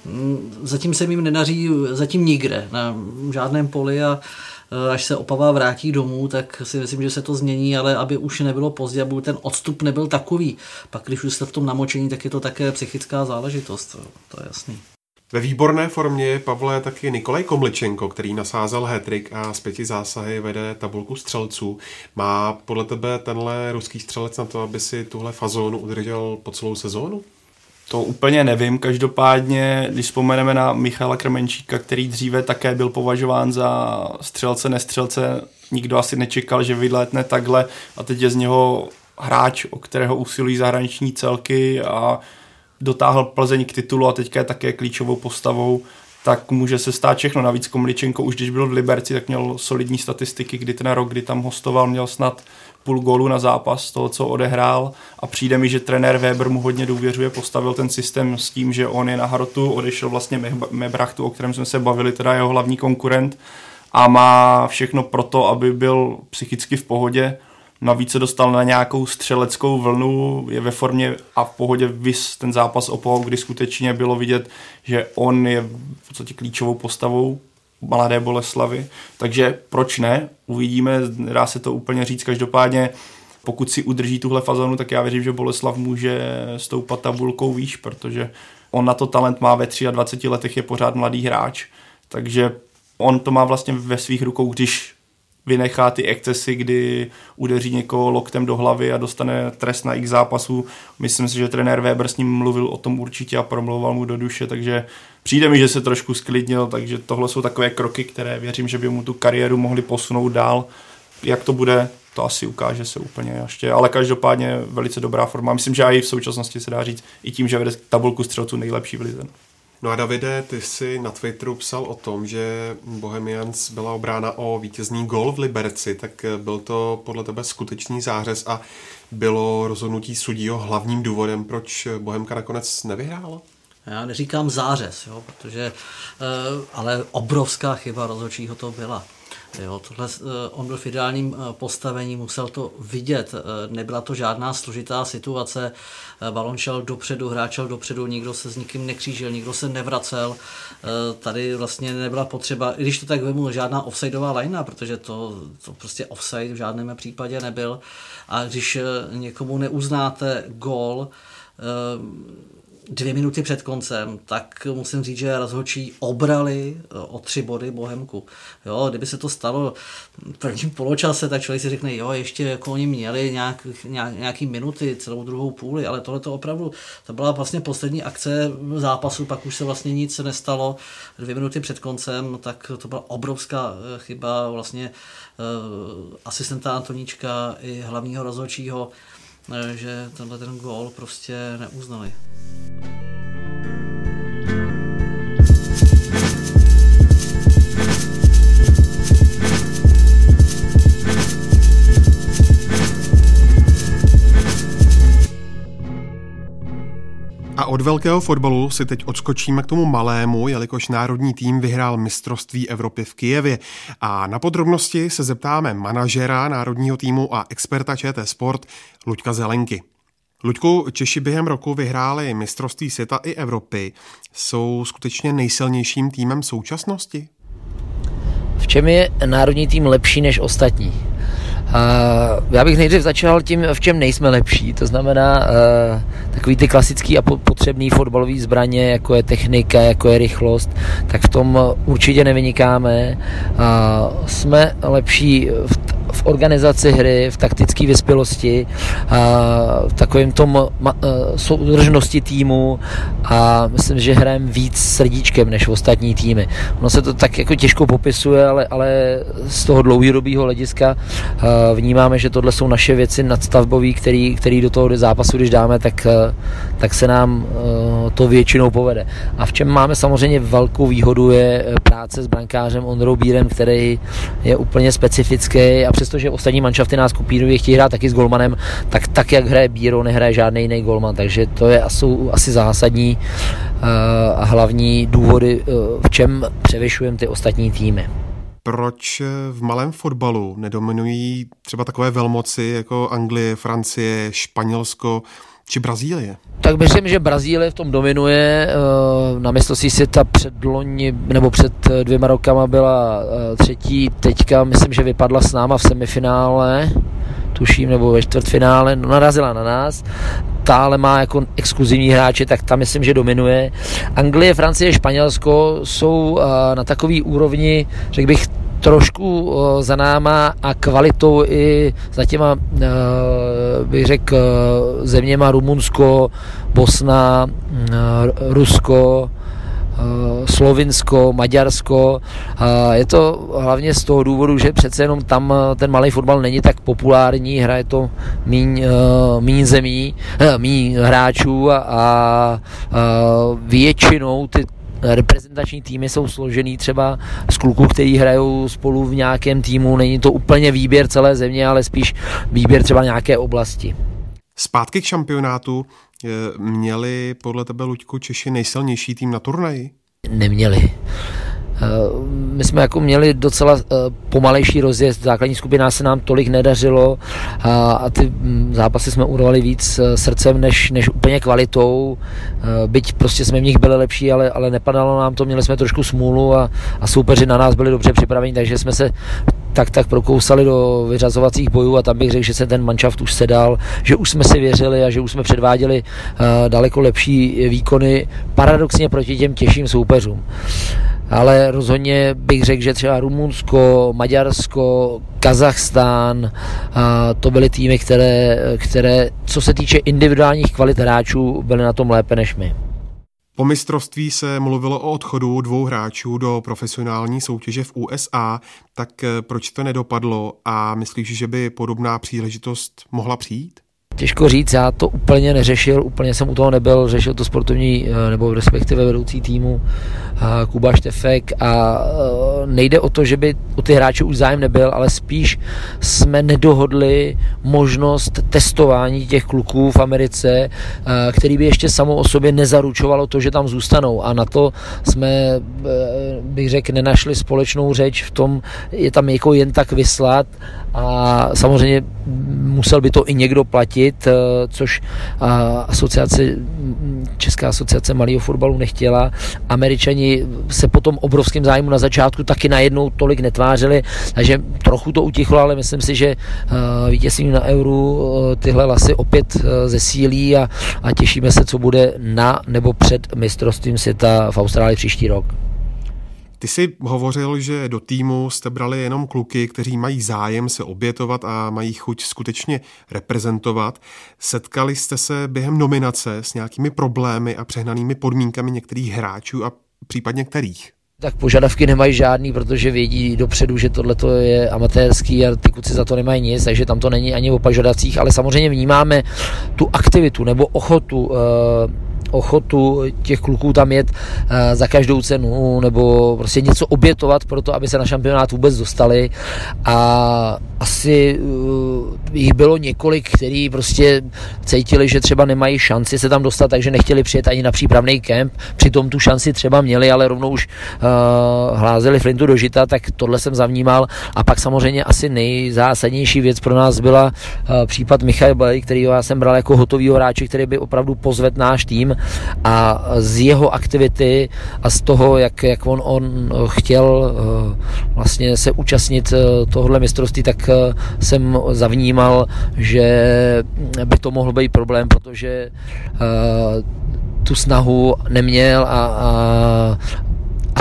Zatím se jim nedaří, zatím nikde, na žádném poli, a až se Opava vrátí domů, tak si myslím, že se to změní, ale aby už nebylo pozdě, aby ten odstup nebyl takový. Pak když už jste v tom namočení, tak je to také psychická záležitost, to je jasný. Ve výborné formě je, Pavle, taky Nikolaj Komličenko, který nasázel hat-trick a z pěti zásahy vede tabulku střelců. Má podle tebe tenhle ruský střelec na to, aby si tuhle fazónu udržel po celou sezónu? To úplně nevím, každopádně, když vzpomeneme na Michala Krmenčíka, který dříve také byl považován za střelce, nestřelce, nikdo asi nečekal, že vylétne takhle, a teď je z něho hráč, o kterého usilují zahraniční celky a dotáhl Plzeň k titulu a teďka je také klíčovou postavou, tak může se stát všechno. Navíc Komličenko už když byl v Liberci, tak měl solidní statistiky, kdy ten rok, kdy tam hostoval, měl snad půl gólu na zápas z toho, co odehrál, a přijde mi, že trenér Weber mu hodně důvěřuje, postavil ten systém s tím, že on je na hrotu, odešel vlastně Mebrachtu, o kterém jsme se bavili, teda jeho hlavní konkurent, a má všechno pro to, aby byl psychicky v pohodě. Navíc se dostal na nějakou střeleckou vlnu, je ve formě a v pohodě, vys ten zápas Opavou, kdy skutečně bylo vidět, že on je v podstatě klíčovou postavou Mladé Boleslavy, takže proč ne, uvidíme, dá se to úplně říct, každopádně pokud si udrží tuhle fazonu, tak já věřím, že Boleslav může stoupat tabulkou výš, protože on na to talent má, ve dvaceti třech letech je pořád mladý hráč, takže on to má vlastně ve svých rukou, když vynechá ty excesy, kdy udeří někoho loktem do hlavy a dostane trest na x zápasů. Myslím si, že trenér Weber s ním mluvil o tom určitě a promlouval mu do duše, takže přijde mi, že se trošku sklidnil, takže tohle jsou takové kroky, které věřím, že by mu tu kariéru mohli posunout dál. Jak to bude, to asi ukáže se úplně ještě, ale každopádně velice dobrá forma. Myslím, že i v současnosti se dá říct i tím, že vede tabulku střelců nejlepší v lize. No a Davide, ty jsi na Twitteru psal o tom, že Bohemians byla obrána o vítězný gól v Liberci, tak byl to podle tebe skutečný zářez a bylo rozhodnutí sudího hlavním důvodem, proč Bohemka nakonec nevyhrála? Já neříkám zářez, jo, protože, ale obrovská chyba rozhodčího to byla. Jo, tohle, on byl v ideálním postavení, musel to vidět, nebyla to žádná složitá situace, balon šel dopředu, hráč šel dopředu, nikdo se s nikým nekřížil, nikdo se nevracel, tady vlastně nebyla potřeba, i když to tak vemu, žádná offsideová linea, protože to, to prostě offside v žádném případě nebyl, a když někomu neuznáte gól dvě minuty před koncem, tak musím říct, že rozhodčí obrali o tři body Bohemku. Jo, kdyby se to stalo v prvním poločase, tak člověk si řekne, jo, ještě jako oni měli nějak, nějak, nějaký minuty, celou druhou půli, ale tohle to opravdu, to byla vlastně poslední akce zápasu, pak už se vlastně nic nestalo dvě minuty před koncem, tak to byla obrovská chyba vlastně uh, asistenta Antoníčka i hlavního rozhodčího, že tenhle ten gól prostě neuznali. A od velkého fotbalu si teď odskočíme k tomu malému, jelikož národní tým vyhrál mistrovství Evropy v Kyjevě. A na podrobnosti se zeptáme manažera národního týmu a experta ČT Sport Luďka Zelenky. Luďku, Češi během roku vyhráli mistrovství světa i Evropy. Jsou skutečně nejsilnějším týmem současnosti? V čem je národní tým lepší než ostatní? Uh, já bych nejdřív začal tím, v čem nejsme lepší, to znamená uh, takový ty klasický a potřebný fotbalový zbraně, jako je technika, jako je rychlost, tak v tom určitě nevynikáme. Uh, jsme lepší v, v organizaci hry, v taktické vyspělosti, v takovém tom soudržnosti týmu a myslím, že hrajeme víc srdíčkem než ostatní týmy. Ono se to tak jako těžko popisuje, ale, ale z toho dlouhodobého hlediska vnímáme, že tohle jsou naše věci nadstavbový, který, který do toho zápasu, když dáme, tak, tak se nám to většinou povede. A v čem máme samozřejmě velkou výhodu je práce s brankářem Ondrou Bírem, který je úplně specifický a přestože ostatní manšafty nás kopírují, chtějí hrát taky s golmanem, tak tak, jak hraje Bíro, nehraje žádný jiný golman, takže to je asi, asi zásadní a hlavní důvody, v čem převyšujeme ty ostatní týmy. Proč v malém fotbalu nedominují třeba takové velmoci jako Anglie, Francie, Španělsko či Brazílie? Tak myslím, že Brazílie v tom dominuje. Na mistrovství světa předloni, nebo před dvěma rokama byla třetí, teďka myslím, že vypadla s náma v semifinále, tuším, nebo ve čtvrtfinále, no, narazila na nás. Ta ale má jako exkluzivní hráče, tak tam myslím, že dominuje. Anglie, Francie, Španělsko jsou na takový úrovni, řekl bych, trošku za náma a kvalitou i za těma, bych řekl, zeměma Rumunsko, Bosna, Rusko, Slovinsko, Maďarsko. Je to hlavně z toho důvodu, že přece jenom tam ten malý fotbal není tak populární, hraje to míň, míň zemí, míň hráčů a, a většinou ty reprezentační týmy jsou složený třeba z kluků, kteří hrajou spolu v nějakém týmu. Není to úplně výběr celé země, ale spíš výběr třeba nějaké oblasti. Zpátky k šampionátu. Měli podle tebe, Luďku, Češi nejsilnější tým na turnaji? Neměli. My jsme jako měli docela pomalejší rozjezd, základní skupina se nám tolik nedařilo a ty zápasy jsme urvali víc srdcem než, než úplně kvalitou, byť prostě jsme v nich byli lepší, ale, ale nepadalo nám to, měli jsme trošku smůlu a, a soupeři na nás byli dobře připraveni, takže jsme se tak tak prokousali do vyřazovacích bojů a tam bych řekl, že se ten manšaft už sedal, že už jsme si věřili a že už jsme předváděli uh, daleko lepší výkony, paradoxně proti těm těžším soupeřům. Ale rozhodně bych řekl, že třeba Rumunsko, Maďarsko, Kazachstán, to byly týmy, které, které, co se týče individuálních kvalit hráčů, byly na tom lépe než my. Po mistrovství se mluvilo o odchodu dvou hráčů do profesionální soutěže v U S A, tak proč to nedopadlo a myslíš, že by podobná příležitost mohla přijít? Těžko říct, já to úplně neřešil, úplně jsem u toho nebyl, řešil to sportovní nebo respektive vedoucí týmu Kuba Štefek a nejde o to, že by o ty hráče už zájem nebyl, ale spíš jsme nedohodli možnost testování těch kluků v Americe, který by ještě samo o sobě nezaručovalo to, že tam zůstanou a na to jsme, bych řekl, nenašli společnou řeč v tom, je tam jako jen tak vyslat a samozřejmě musel by to i někdo platit, což asociace, Česká asociace malého fotbalu nechtěla. Američani se po tom obrovském zájmu na začátku taky najednou tolik netvářili, takže trochu to utichlo, ale myslím si, že vítězství na Euru tyhle lasy opět zesílí a, a těšíme se, co bude na nebo před mistrovstvím světa v Austrálii příští rok. Ty jsi hovořil, že do týmu jste brali jenom kluky, kteří mají zájem se obětovat a mají chuť skutečně reprezentovat. Setkali jste se během nominace s nějakými problémy a přehnanými podmínkami některých hráčů a případně kterých? Tak požadavky nemají žádný, protože vědí dopředu, že tohle je amatérský a ty kluci za to nemají nic, takže tam to není ani o požadavcích, ale samozřejmě vnímáme tu aktivitu nebo ochotu uh, ochotu těch kluků tam jet uh, za každou cenu nebo prostě něco obětovat pro to, aby se na šampionát vůbec dostali a asi uh, jich bylo několik, kteří prostě cítili, že třeba nemají šanci se tam dostat, takže nechtěli přijet ani na přípravný kemp, přitom tu šanci třeba měli, ale rovnou už uh, hlázeli flintu do žita, tak tohle jsem zavnímal a pak samozřejmě asi nejzásadnější věc pro nás byla uh, případ Michael Blej, kterýho já jsem bral jako hotovýho hráče, který by opravdu pozvedl náš tým a z jeho aktivity a z toho, jak, jak on, on chtěl vlastně se účastnit tohohle mistrovství, tak jsem zavnímal, že by to mohl být problém, protože tu snahu neměl a, a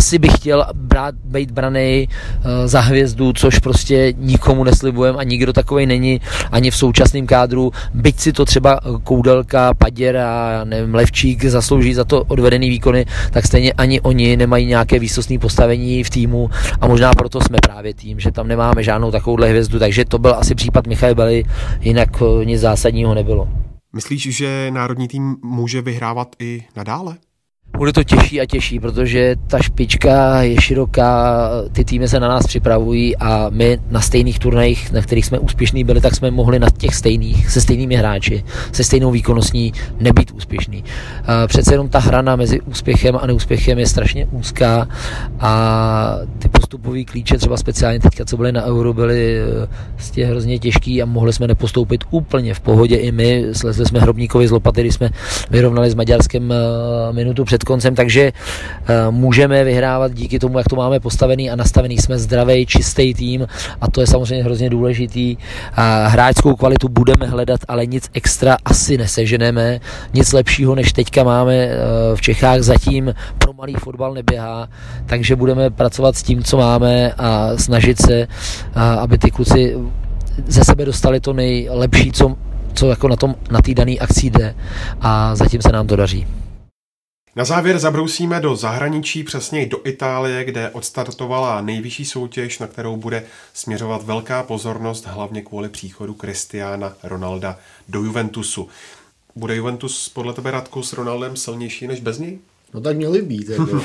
asi bych chtěl brát, být branej uh, za hvězdu, což prostě nikomu neslibujem a nikdo takovej není ani v současném kádru, byť si to třeba Koudelka, Paděr a nevím, Levčík zaslouží za to odvedený výkony, tak stejně ani oni nemají nějaké výsostné postavení v týmu a možná proto jsme právě tým, že tam nemáme žádnou takovouhle hvězdu, takže to byl asi případ Michail Belly, jinak uh, nic zásadního nebylo. Myslíš, že národní tým může vyhrávat i nadále? Bude to těžší a těžší, protože ta špička je široká, ty týmy se na nás připravují a my na stejných turnajích, na kterých jsme úspěšní byli, tak jsme mohli na těch stejných, se stejnými hráči, se stejnou výkonností nebýt úspěšný. Přece jenom ta hrana mezi úspěchem a neúspěchem je strašně úzká a ty postupové klíče, třeba speciálně teďka, co byly na Euro, byly vlastně hrozně těžký a mohli jsme nepostoupit úplně v pohodě i my. Slezli jsme Hrobníkovi z lopaty, když jsme vyrovnali s Maďarskem minutu před koncem, takže uh, můžeme vyhrávat díky tomu, jak to máme postavený a nastavený. Jsme zdravý, čistý tým a to je samozřejmě hrozně důležitý. Uh, hráčskou kvalitu budeme hledat, ale nic extra asi neseženeme. Nic lepšího, než teďka máme uh, v Čechách, zatím pro malý fotbal neběhá, takže budeme pracovat s tím, co máme a snažit se, uh, aby ty kluci ze sebe dostali to nejlepší, co, co jako na tom, na té dané akci jde a zatím se nám to daří. Na závěr zabrousíme do zahraničí, přesněji do Itálie, kde odstartovala nejvyšší soutěž, na kterou bude směřovat velká pozornost, hlavně kvůli příchodu Cristiana Ronalda do Juventusu. Bude Juventus podle tebe, Radku, s Ronaldem silnější než bez něj? No tak měli být. Jako.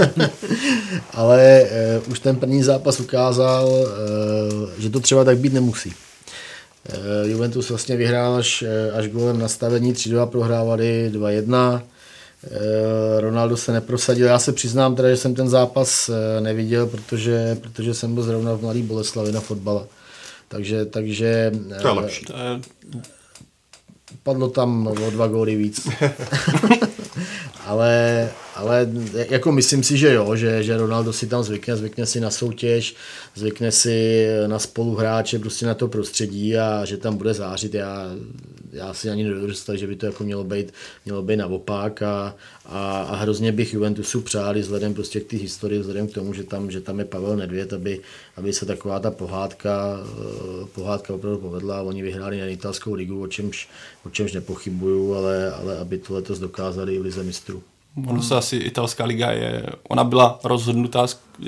Ale uh, už ten první zápas ukázal, uh, že to třeba tak být nemusí. Uh, Juventus vlastně vyhrál až, až gólem nastavení, tři dva prohrávali dva jedna. Ronaldo se neprosadil. Já se přiznám teda, že jsem ten zápas neviděl, protože, protože jsem byl zrovna v Mladé Boleslavi na fotbale. Takže, takže to je lepší. Padlo tam o dva góly víc. ale, ale jako myslím si, že jo, že, že Ronaldo si tam zvykne, zvykne si na soutěž, zvykne si na spoluhráče, prostě na to prostředí a že tam bude zářit. Já, já si ani nedovedu představit, že by to jako mělo být, mělo být naopak a, a, a hrozně bych Juventusu přáli vzhledem prostě k té historii, vzhledem k tomu, že tam, že tam je Pavel Nedvěd, aby, aby se taková ta pohádka, pohádka opravdu povedla. Oni vyhráli na italskou ligu, o čemž, o čemž nepochybuju, ale, ale aby to letos dokázali i v lize mistrů. Ono se asi italská liga je, ona byla rozhodnutá,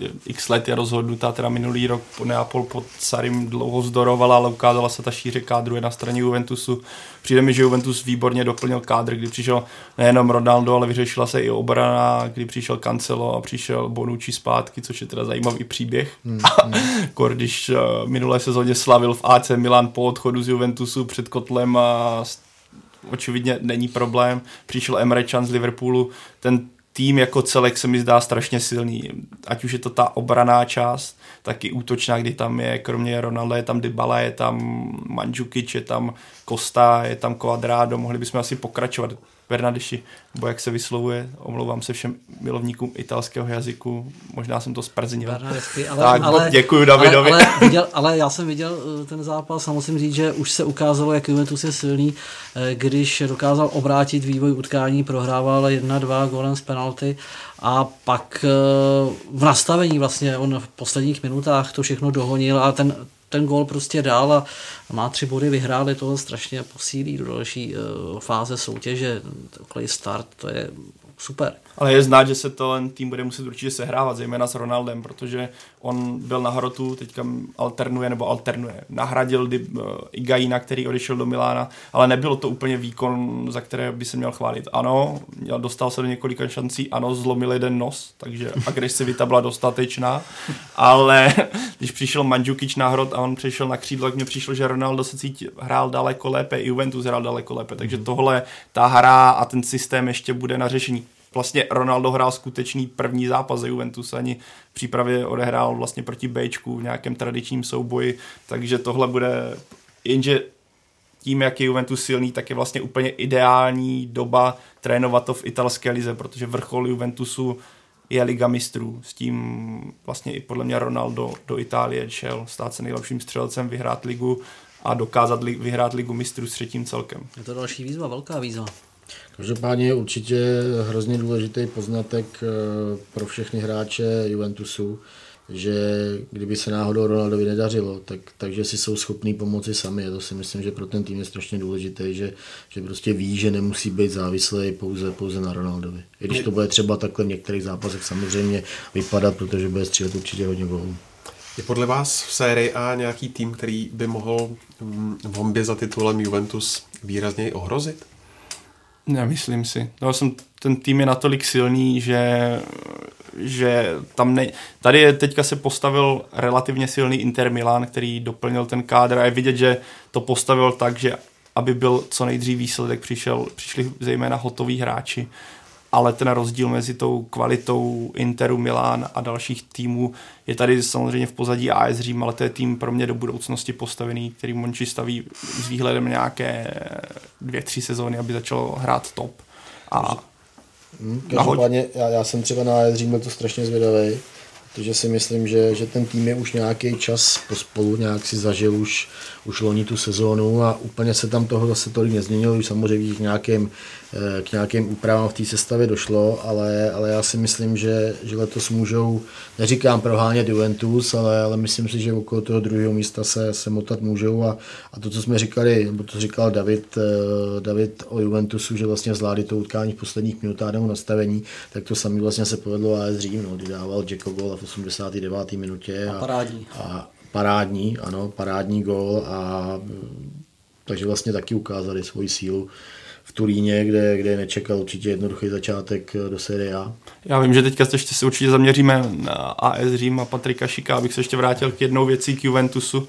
x let je rozhodnutá, teda minulý rok Neapol pod Sarim dlouho vzdorovala, ale ukázala se ta šíře kádru je na straně Juventusu. Přijde mi, že Juventus výborně doplnil kádr, kdy přišel nejenom Ronaldo, ale vyřešila se i obrana, kdy přišel Cancelo a přišel Bonucci zpátky, což je teda zajímavý příběh. Hmm, hmm. Kor, když minulé sezóně slavil v A C Milan po odchodu z Juventusu před kotlem a očividně není problém. Přišel Emre Can z Liverpoolu. Ten tým jako celek se mi zdá strašně silný. Ať už je to ta obraná část, tak i útočná, kdy tam je, kromě Ronalda, je tam Dybala, je tam Mandžukić, je tam Costa, je tam Cuadrado. Mohli bychom asi pokračovat. Bernardeši, nebo jak se vyslovuje, omlouvám se všem milovníkům italského jazyku, možná jsem to zprznil. Ale, tak, ale, děkuji Davidovi. Ale, ale, viděl, ale já jsem viděl ten zápas a musím říct, že už se ukázalo, jak Juventus je silný, když dokázal obrátit vývoj utkání, prohrával jedna dva gólem z penalty a pak v nastavení vlastně on v posledních minutách to všechno dohonil a ten ten gól prostě dál a má tři body, vyhráli, toho strašně posílí do další uh, fáze soutěže, takový start, to je super. Ale je znát, že se to ten tým bude muset určitě sehrávat, zejména s Ronaldem, protože on byl na hrotu, teďka alternuje nebo alternuje. Nahradil uh, Higuaína, který odešel do Milána, ale nebylo to úplně výkon, za které by se měl chválit. Ano, dostal se do několika šancí, ano, zlomil jeden nos, takže agresivita byla dostatečná, ale když přišel Mandžukić na hrot a on přišel na křídlo, tak mně přišlo, že Ronaldo se cítil, hrál daleko lépe, i Juventus hrál daleko lépe, takže tohle, ta hra a ten systém ještě bude na řešení. Vlastně Ronaldo hrál skutečný první zápas za Juventus, ani v přípravě odehrál vlastně proti Bčku v nějakém tradičním souboji, takže tohle bude, jenže tím, jak je Juventus silný, tak je vlastně úplně ideální doba trénovat to v italské lize, protože vrchol Juventusu je Liga mistrů. S tím vlastně i podle mě Ronaldo do Itálie šel stát se nejlepším střelcem, vyhrát ligu a dokázat li- vyhrát Ligu mistrů s třetím celkem. Je to další výzva, velká výzva. Každopádně je určitě hrozně důležitý poznatek pro všechny hráče Juventusu, že kdyby se náhodou Ronaldovi nedařilo, tak, takže si jsou schopní pomoci sami. To si myslím, že pro ten tým je strašně důležité, že, že prostě ví, že nemusí být závislý pouze, pouze na Ronaldovi. I když to bude třeba takhle v některých zápasech samozřejmě vypadat, protože bude střílet určitě hodně gólů. Je podle vás v sérii A nějaký tým, který by mohl v honbě za titulem Juventus výrazněji ohrozit? Nemyslím si. No, jsem, ten tým je natolik silný, že, že tam ne... Tady je, teďka se postavil relativně silný Inter Milan, který doplnil ten kádr a je vidět, že to postavil tak, že aby byl co nejdřív výsledek, přišel, přišli zejména hotoví hráči. Ale ten rozdíl mezi tou kvalitou Interu, Milán a dalších týmů je tady samozřejmě v pozadí A S Řím, ale to je tým pro mě do budoucnosti postavený, který Monchi staví s výhledem nějaké dvě, tři sezóny, aby začalo hrát top. A hmm, každopádně já, já jsem třeba na A S Řím byl to strašně zvědavý, protože si myslím, že, že ten tým je už nějaký čas pospolu, nějak si zažil už, už loni tu sezónu a úplně se tam toho zase tolik nezměnilo, už samozřejmě k nějakým, k nějakým úpravám v té sestavě došlo, ale, ale já si myslím, že, že letos můžou, neříkám prohánět Juventus, ale, ale myslím si, že okolo toho druhého místa se, se motat můžou a, a to, co jsme říkali, nebo to říkal David, David o Juventusu, že vlastně zvládli to utkání v posledních minutách nebo nastavení, tak to samý vlastně se povedlo A S Řím, no, kdy dával Dzeko gól v osmdesáté deváté minutě. A, a parádní. A parádní, ano, parádní gól a takže vlastně taky ukázali svoji sílu v Turíně, kde, kde nečekal určitě jednoduchý začátek do série A. Já vím, že teďka ještě se určitě zaměříme na A S Řím a Patrika Šika, abych se ještě vrátil k jednou věcí, k Juventusu.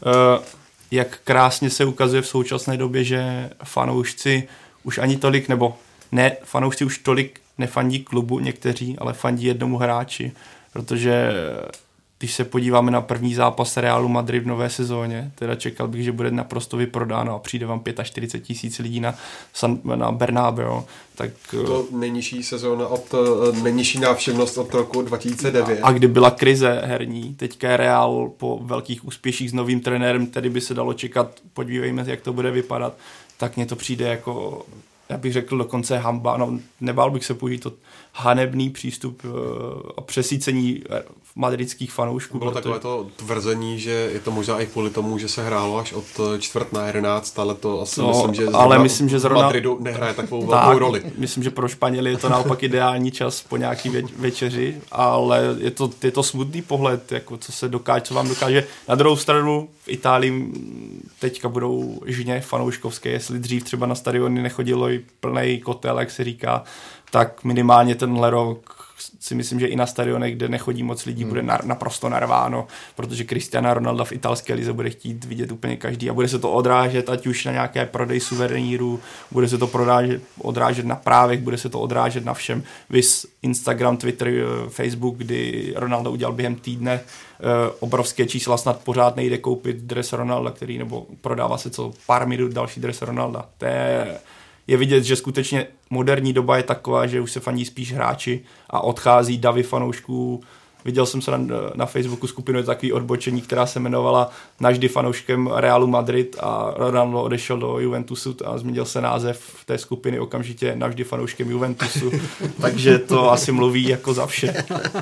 Jak krásně se ukazuje v současné době, že fanoušci už ani tolik, nebo ne, fanoušci už tolik nefandí klubu někteří, ale fandí jednomu hráči, protože když se podíváme na první zápas Realu Madrid v nové sezóně, teda čekal bych, že bude naprosto vyprodáno a přijde vám čtyřicet pět tisíc lidí na, San, na Bernabeu. Tak, to nejnižší sezóna od, nejnižší návštěvnost od roku dva tisíce devět. A kdy byla krize herní, teďka je Real po velkých úspěších s novým trenérem, tedy by se dalo čekat, podívejme, jak to bude vypadat, tak mně to přijde jako, já bych řekl dokonce hamba, no nebál bych se použít to hanebný přístup a přesícení madridských fanoušků. Bylo takové to tvrzení, že je to možná i kvůli tomu, že se hrálo až od čtvrt na jedenáct, ale to asi no, myslím, že ale myslím, že zrovna Madridu nehraje takovou tak, velkou roli. Myslím, že pro Španěly je to naopak ideální čas po nějaký ve- večeři, ale je to, je to smutný pohled, jako co se dokáže, co vám dokáže. Na druhou stranu v Itálii teďka budou žně fanouškovské, jestli dřív třeba na stadiony nechodilo i plnej kotel, jak se říká, tak minimálně tenhle rok si myslím, že i na stadionech, kde nechodí moc lidí, hmm. bude na, naprosto narváno, protože Cristiana Ronalda v italské lize bude chtít vidět úplně každý a bude se to odrážet, ať už na nějaké prodej suvenýrů, bude se to prodážet, odrážet na právech, bude se to odrážet na všem. Vys Instagram, Twitter, Facebook, kdy Ronaldo udělal během týdne e, obrovské čísla, snad pořád nejde koupit dres Ronalda, který nebo prodává se co pár minut další dres Ronalda. To je Je vidět, že skutečně moderní doba je taková, že už se fandí spíš hráči a odchází davy fanoušků. Viděl jsem se na, na Facebooku skupinu takový odbočení, která se jmenovala Navždy fanouškem Realu Madrid a Ronaldo odešel do Juventusu a změnil se název té skupiny okamžitě Navždy fanouškem Juventusu. Takže to asi mluví jako za vše.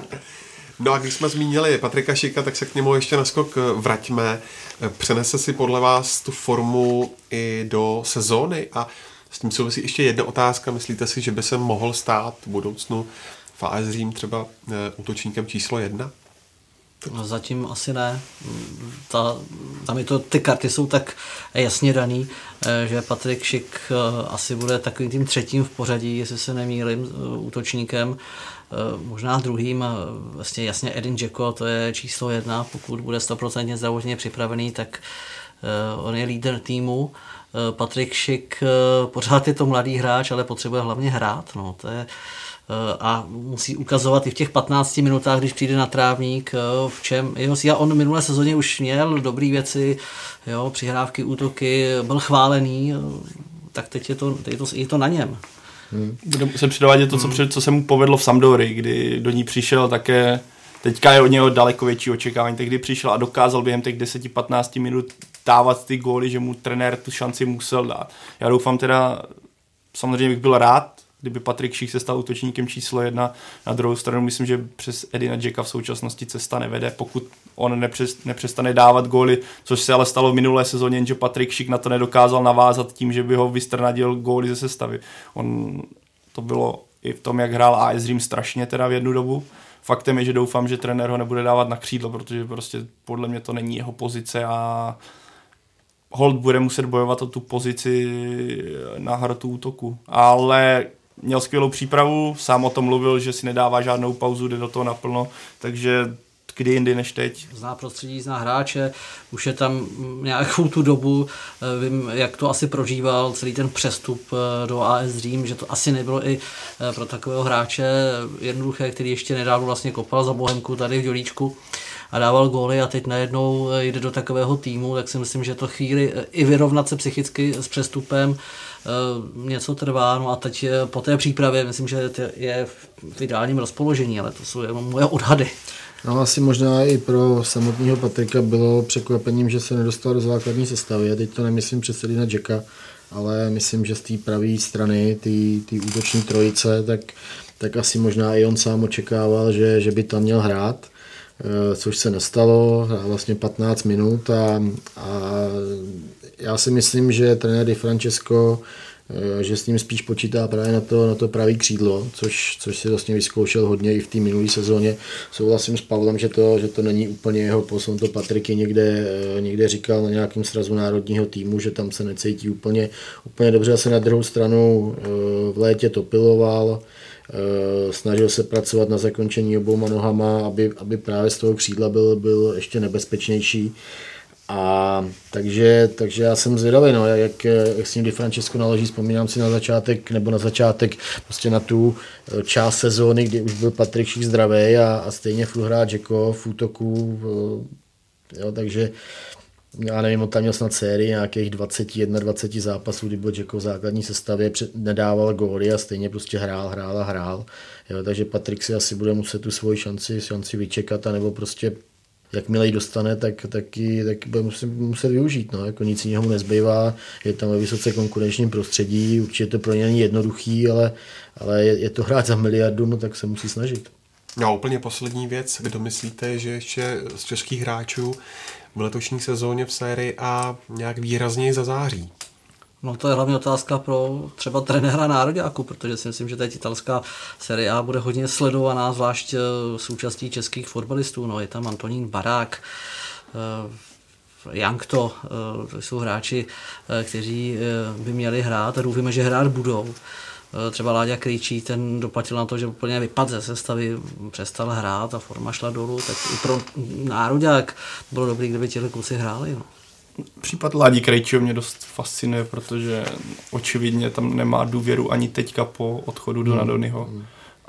No a když jsme zmínili Patrika Šika, tak se k němu ještě naskok vraťme. Přenese si podle vás tu formu i do sezóny a s tím souvisí ještě jedna otázka. Myslíte si, že by se mohl stát v budoucnu v A S Řím třeba útočníkem číslo jedna? No, zatím asi ne. Ta, tam je to, ty karty jsou tak jasně daný, že Patrik Šik asi bude takovým tím třetím v pořadí, jestli se nemýlím, útočníkem. Možná druhým, vlastně jasně Edin Dzeko, to je číslo jedna. Pokud bude sto procent zdravotně připravený, tak on je lídr týmu. Patrik Šik pořád je to mladý hráč, ale potřebuje hlavně hrát. No, to je, a musí ukazovat i v těch patnácti minutách, když přijde na trávník, v čem jeho síla. On minulé sezóně už měl dobré věci, jo, přihrávky, útoky, byl chválený, tak teď je to, teď je to, je to na něm. Hmm. Bude se předávat to, co, hmm. co se mu povedlo v Sampdorii, kdy do ní přišel také. Teďka je od něho daleko větší očekávání, tehdy přišel a dokázal během těch deset patnáct minut dávat ty góly, že mu trenér tu šanci musel dát. Já doufám teda, samozřejmě bych byl rád, kdyby Patrik Šich se stal útočníkem číslo jedna. Na druhou stranu myslím, že přes Edina Dzeka v současnosti cesta nevede, pokud on nepřes, nepřestane dávat góly, což se ale stalo v minulé sezóně, jenže Patrik Šich na to nedokázal navázat tím, že by ho vystrnadil góly ze sestavy. On, to bylo i v tom, jak hrál A S Řím strašně teda v jednu dobu. Faktem je, že doufám, že trenér ho nebude dávat na křídlo, protože prostě podle mě to není jeho pozice a Holt bude muset bojovat o tu pozici na hrotu útoku. Ale měl skvělou přípravu, sám o tom mluvil, že si nedává žádnou pauzu, jde do toho naplno, takže kdy jindy než teď. Zná prostředí, zná hráče, už je tam nějakou tu dobu, vím, jak to asi prožíval, celý ten přestup do A S Řím, že to asi nebylo i pro takového hráče jednoduché, který ještě nedávno vlastně kopal za Bohemku tady v Dělíčku a dával góly a teď najednou jde do takového týmu, tak si myslím, že to chvíli i vyrovnat se psychicky s přestupem něco trvá, no a teď po té přípravě myslím, že je v ideálním rozpoložení, ale to jsou jenom moje odhady. No asi možná i pro samotného Patrika bylo překvapením, že se nedostal do základní sestavy. Já teď to nemyslím přes Edina Dzeka, ale myslím, že z té pravé strany, té útoční trojice, tak, tak asi možná i on sám očekával, že, že by tam měl hrát, což se nestalo, hrál vlastně patnáct minut a, a já si myslím, že trenér Di Francesco, že s ním spíš počítá právě na to, na to pravý křídlo, což, což si vlastně vyzkoušel hodně i v té minulé sezóně. Souhlasím s Pavlem, že to, že to není úplně jeho posun, to Patriky někde, někde říkal na nějakém srazu národního týmu, že tam se necítí úplně, úplně dobře. Asi na druhou stranu v létě to piloval, snažil se pracovat na zakončení obouma nohama, aby, aby právě z toho křídla byl, byl ještě nebezpečnější. A takže, takže já jsem zvědavý, no, jak, jak s ním Di Francesco naloží, vzpomínám si na začátek, nebo na začátek prostě na tu část sezóny, kdy už byl Patrik Šich zdravý a, a stejně furt hrál Dzeko v útoku, jo, takže já nevím, on tam měl snad sérii nějakých dvacet jedna dvacet zápasů, kdy byl Dzeko v základní sestavě, nedával góly a stejně prostě hrál, hrál a hrál, jo, takže Patrik si asi bude muset tu svoji šanci, šanci vyčekat, anebo prostě jakmile ji dostane, tak, tak ji tak bude muset, muset využít. No. Jako nic jiného mu nezbývá, je tam ve vysoce konkurenčním prostředí, určitě to pro ně není jednoduchý, ale, ale je, je to hrát za miliardu, no, tak se musí snažit. No úplně poslední věc, kdo myslíte, že ještě z českých hráčů v letošní sezóně v sérii A nějak výrazněji zazáří? No to je hlavně otázka pro třeba trenéra nároďáku, protože si myslím, že teď italská série A bude hodně sledovaná, zvlášť součástí českých fotbalistů. No, je tam Antonín Barák, Jankto, to jsou hráči, kteří by měli hrát a doufíme, že hrát budou. Třeba Láďa Krejčí, ten doplatil na to, že úplně vypadl ze sestavy, přestal hrát a forma šla dolů, tak i pro nároďák bylo dobrý, kdyby těhle kluci hráli. No. Případ Ládi Krejčího mě dost fascinuje, protože očividně tam nemá důvěru ani teďka po odchodu do Nadonyho. Mm.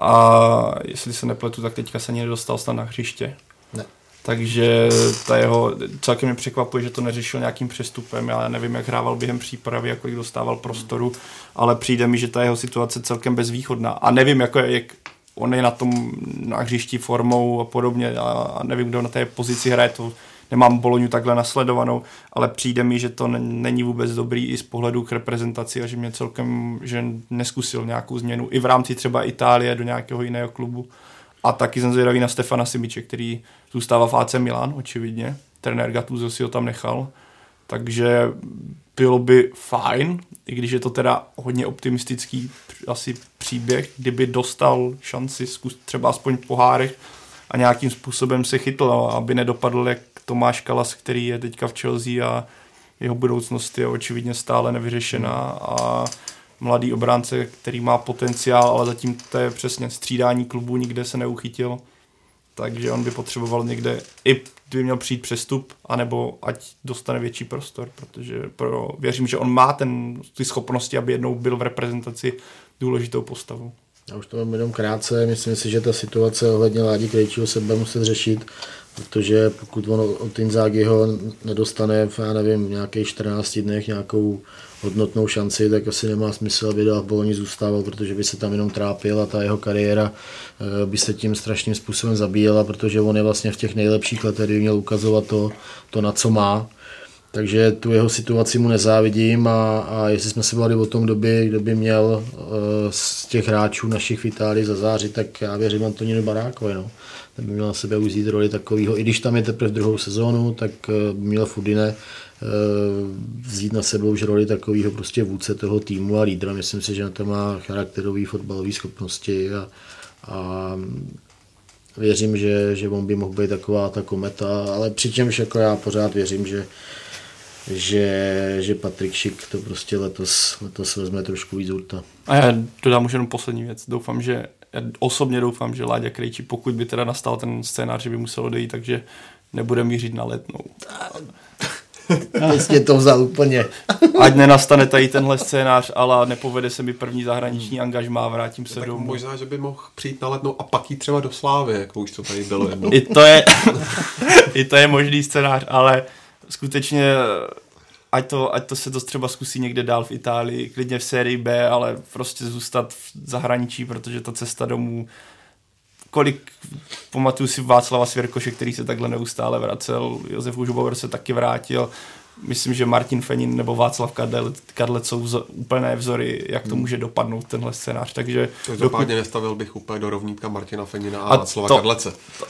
A jestli se nepletu, tak teďka se ani nedostal snad na hřiště. Ne. Takže ta jeho, celkem mě překvapuje, že to neřešil nějakým přestupem. Já nevím, jak hrával během přípravy, jak kolik dostával prostoru, ale přijde mi, že ta jeho situace je celkem bezvýchodná. A nevím, jako je, jak on je na tom na hřišti formou a podobně. A nevím, kdo na té pozici hraje, to nemám Boloňu takhle nasledovanou, ale přijde mi, že to není vůbec dobrý i z pohledu k reprezentaci a že mě celkem, že neskusil nějakou změnu i v rámci třeba Itálie do nějakého jiného klubu. A taky jsem zvědavý na Stefana Simiče, který zůstává v A C Milan, očividně. Trenér Gattuso si ho tam nechal. Takže bylo by fajn, i když je to teda hodně optimistický asi příběh, kdyby dostal šanci zkus třeba aspoň v pohárech a nějakým způsobem se chytl, aby nedopadl jak Tomáš Kalas, který je teďka v Chelsea a jeho budoucnost je očividně stále nevyřešená a mladý obránce, který má potenciál, ale zatím to je přesně střídání klubů, nikde se neuchytil, takže on by potřeboval někde, i kdyby měl přijít přestup, anebo ať dostane větší prostor, protože pro, věřím, že on má ten, ty schopnosti, aby jednou byl v reprezentaci důležitou postavou. Já už to mám jenom krátce, myslím si, že ta situace ohledně Ládi Krejčího se bude muset řešit, protože pokud on od Inzágyho nedostane v, já nevím, nějakých čtrnácti dnech nějakou hodnotnou šanci, tak asi nemá smysl, aby dál v Boloni zůstával, protože by se tam jenom trápil a ta jeho kariéra by se tím strašným způsobem zabíjela, protože on je vlastně v těch nejlepších letech, kdy měl ukazovat to, to na co má. takže tu jeho situaci mu nezávidím a, a jestli jsme se bavili o tom, kdo by, kdo by měl uh, z těch hráčů našich v Itálii zazářit, tak já věřím Antonínu Barákovi. No. Ten by měl na sebe uzít roli takového, i když tam je teprve druhou sezónu, tak uh, by měl Fudine uh, vzít na sebe už roli takového prostě vůdce toho týmu a lídra. Myslím si, že na to má charakterový fotbalový schopnosti a, a věřím, že, že on by mohl být taková ta kometa, ale přičemž jako já pořád věřím, že že, že Patrik Šik to prostě letos, letos vezme trošku víc urta. A já dodám už jenom poslední věc. Doufám, že, já osobně doufám, že Láďa Krejčí, pokud by teda nastal ten scénář, že by musel odejít, takže nebude mířit na Letnou. Jistě to vzal úplně. Ať nenastane tady tenhle scénář, ale nepovede se mi první zahraniční angažmá, vrátím se tak domů. Možná, že by mohl přijít na Letnou a pak jít třeba do Slávy, jako už to tady bylo jednou. I to je, i to je možný scénář, ale skutečně, ať to, ať to se to třeba zkusí někde dál v Itálii, klidně v sérii B, ale prostě zůstat v zahraničí, protože ta cesta domů, kolik, pamatuju si Václava Svěrkoše, který se takhle neustále vracel, Josef Užbauer se taky vrátil, myslím, že Martin Fenin nebo Václav Kadlec, Kadlec jsou vzo, úplné vzory, jak to může dopadnout tenhle scénář, takže... Každopádně dokud... nestavil bych úplně do rovnítka Martina Fenina a, a Václava to... Kadlece. To...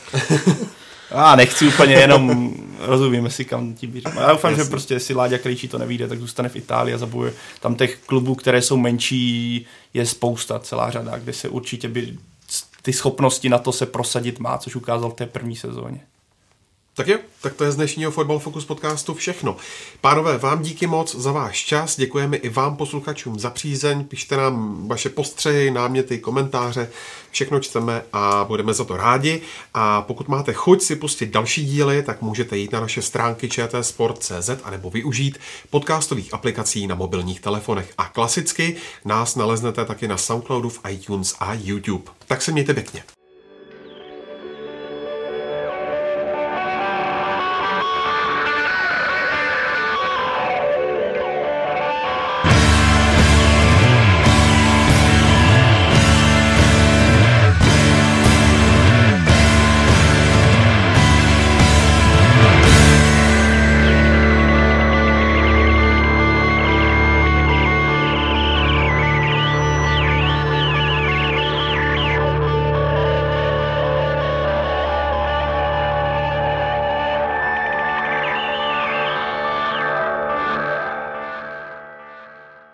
A nechci úplně jenom, rozumíme si, kam tím běžím. Já doufám, že prostě, jestli Láďa Krejčí to nevyjde, tak zůstane v Itálii a zabojuje. Tam těch klubů, které jsou menší, je spousta, celá řada, kde se určitě by ty schopnosti na to se prosadit má, což ukázal v té první sezóně. Tak jo, tak to je z dnešního Fotbal Focus podcastu všechno. Pánové, vám díky moc za váš čas, děkujeme i vám posluchačům za přízeň, pište nám vaše postřehy, náměty, komentáře, všechno čteme a budeme za to rádi. A pokud máte chuť si pustit další díly, tak můžete jít na naše stránky č t sport tečka cé zet anebo využít podcastových aplikací na mobilních telefonech. A klasicky nás naleznete taky na Soundcloudu, v iTunes a YouTube. Tak se mějte pěkně.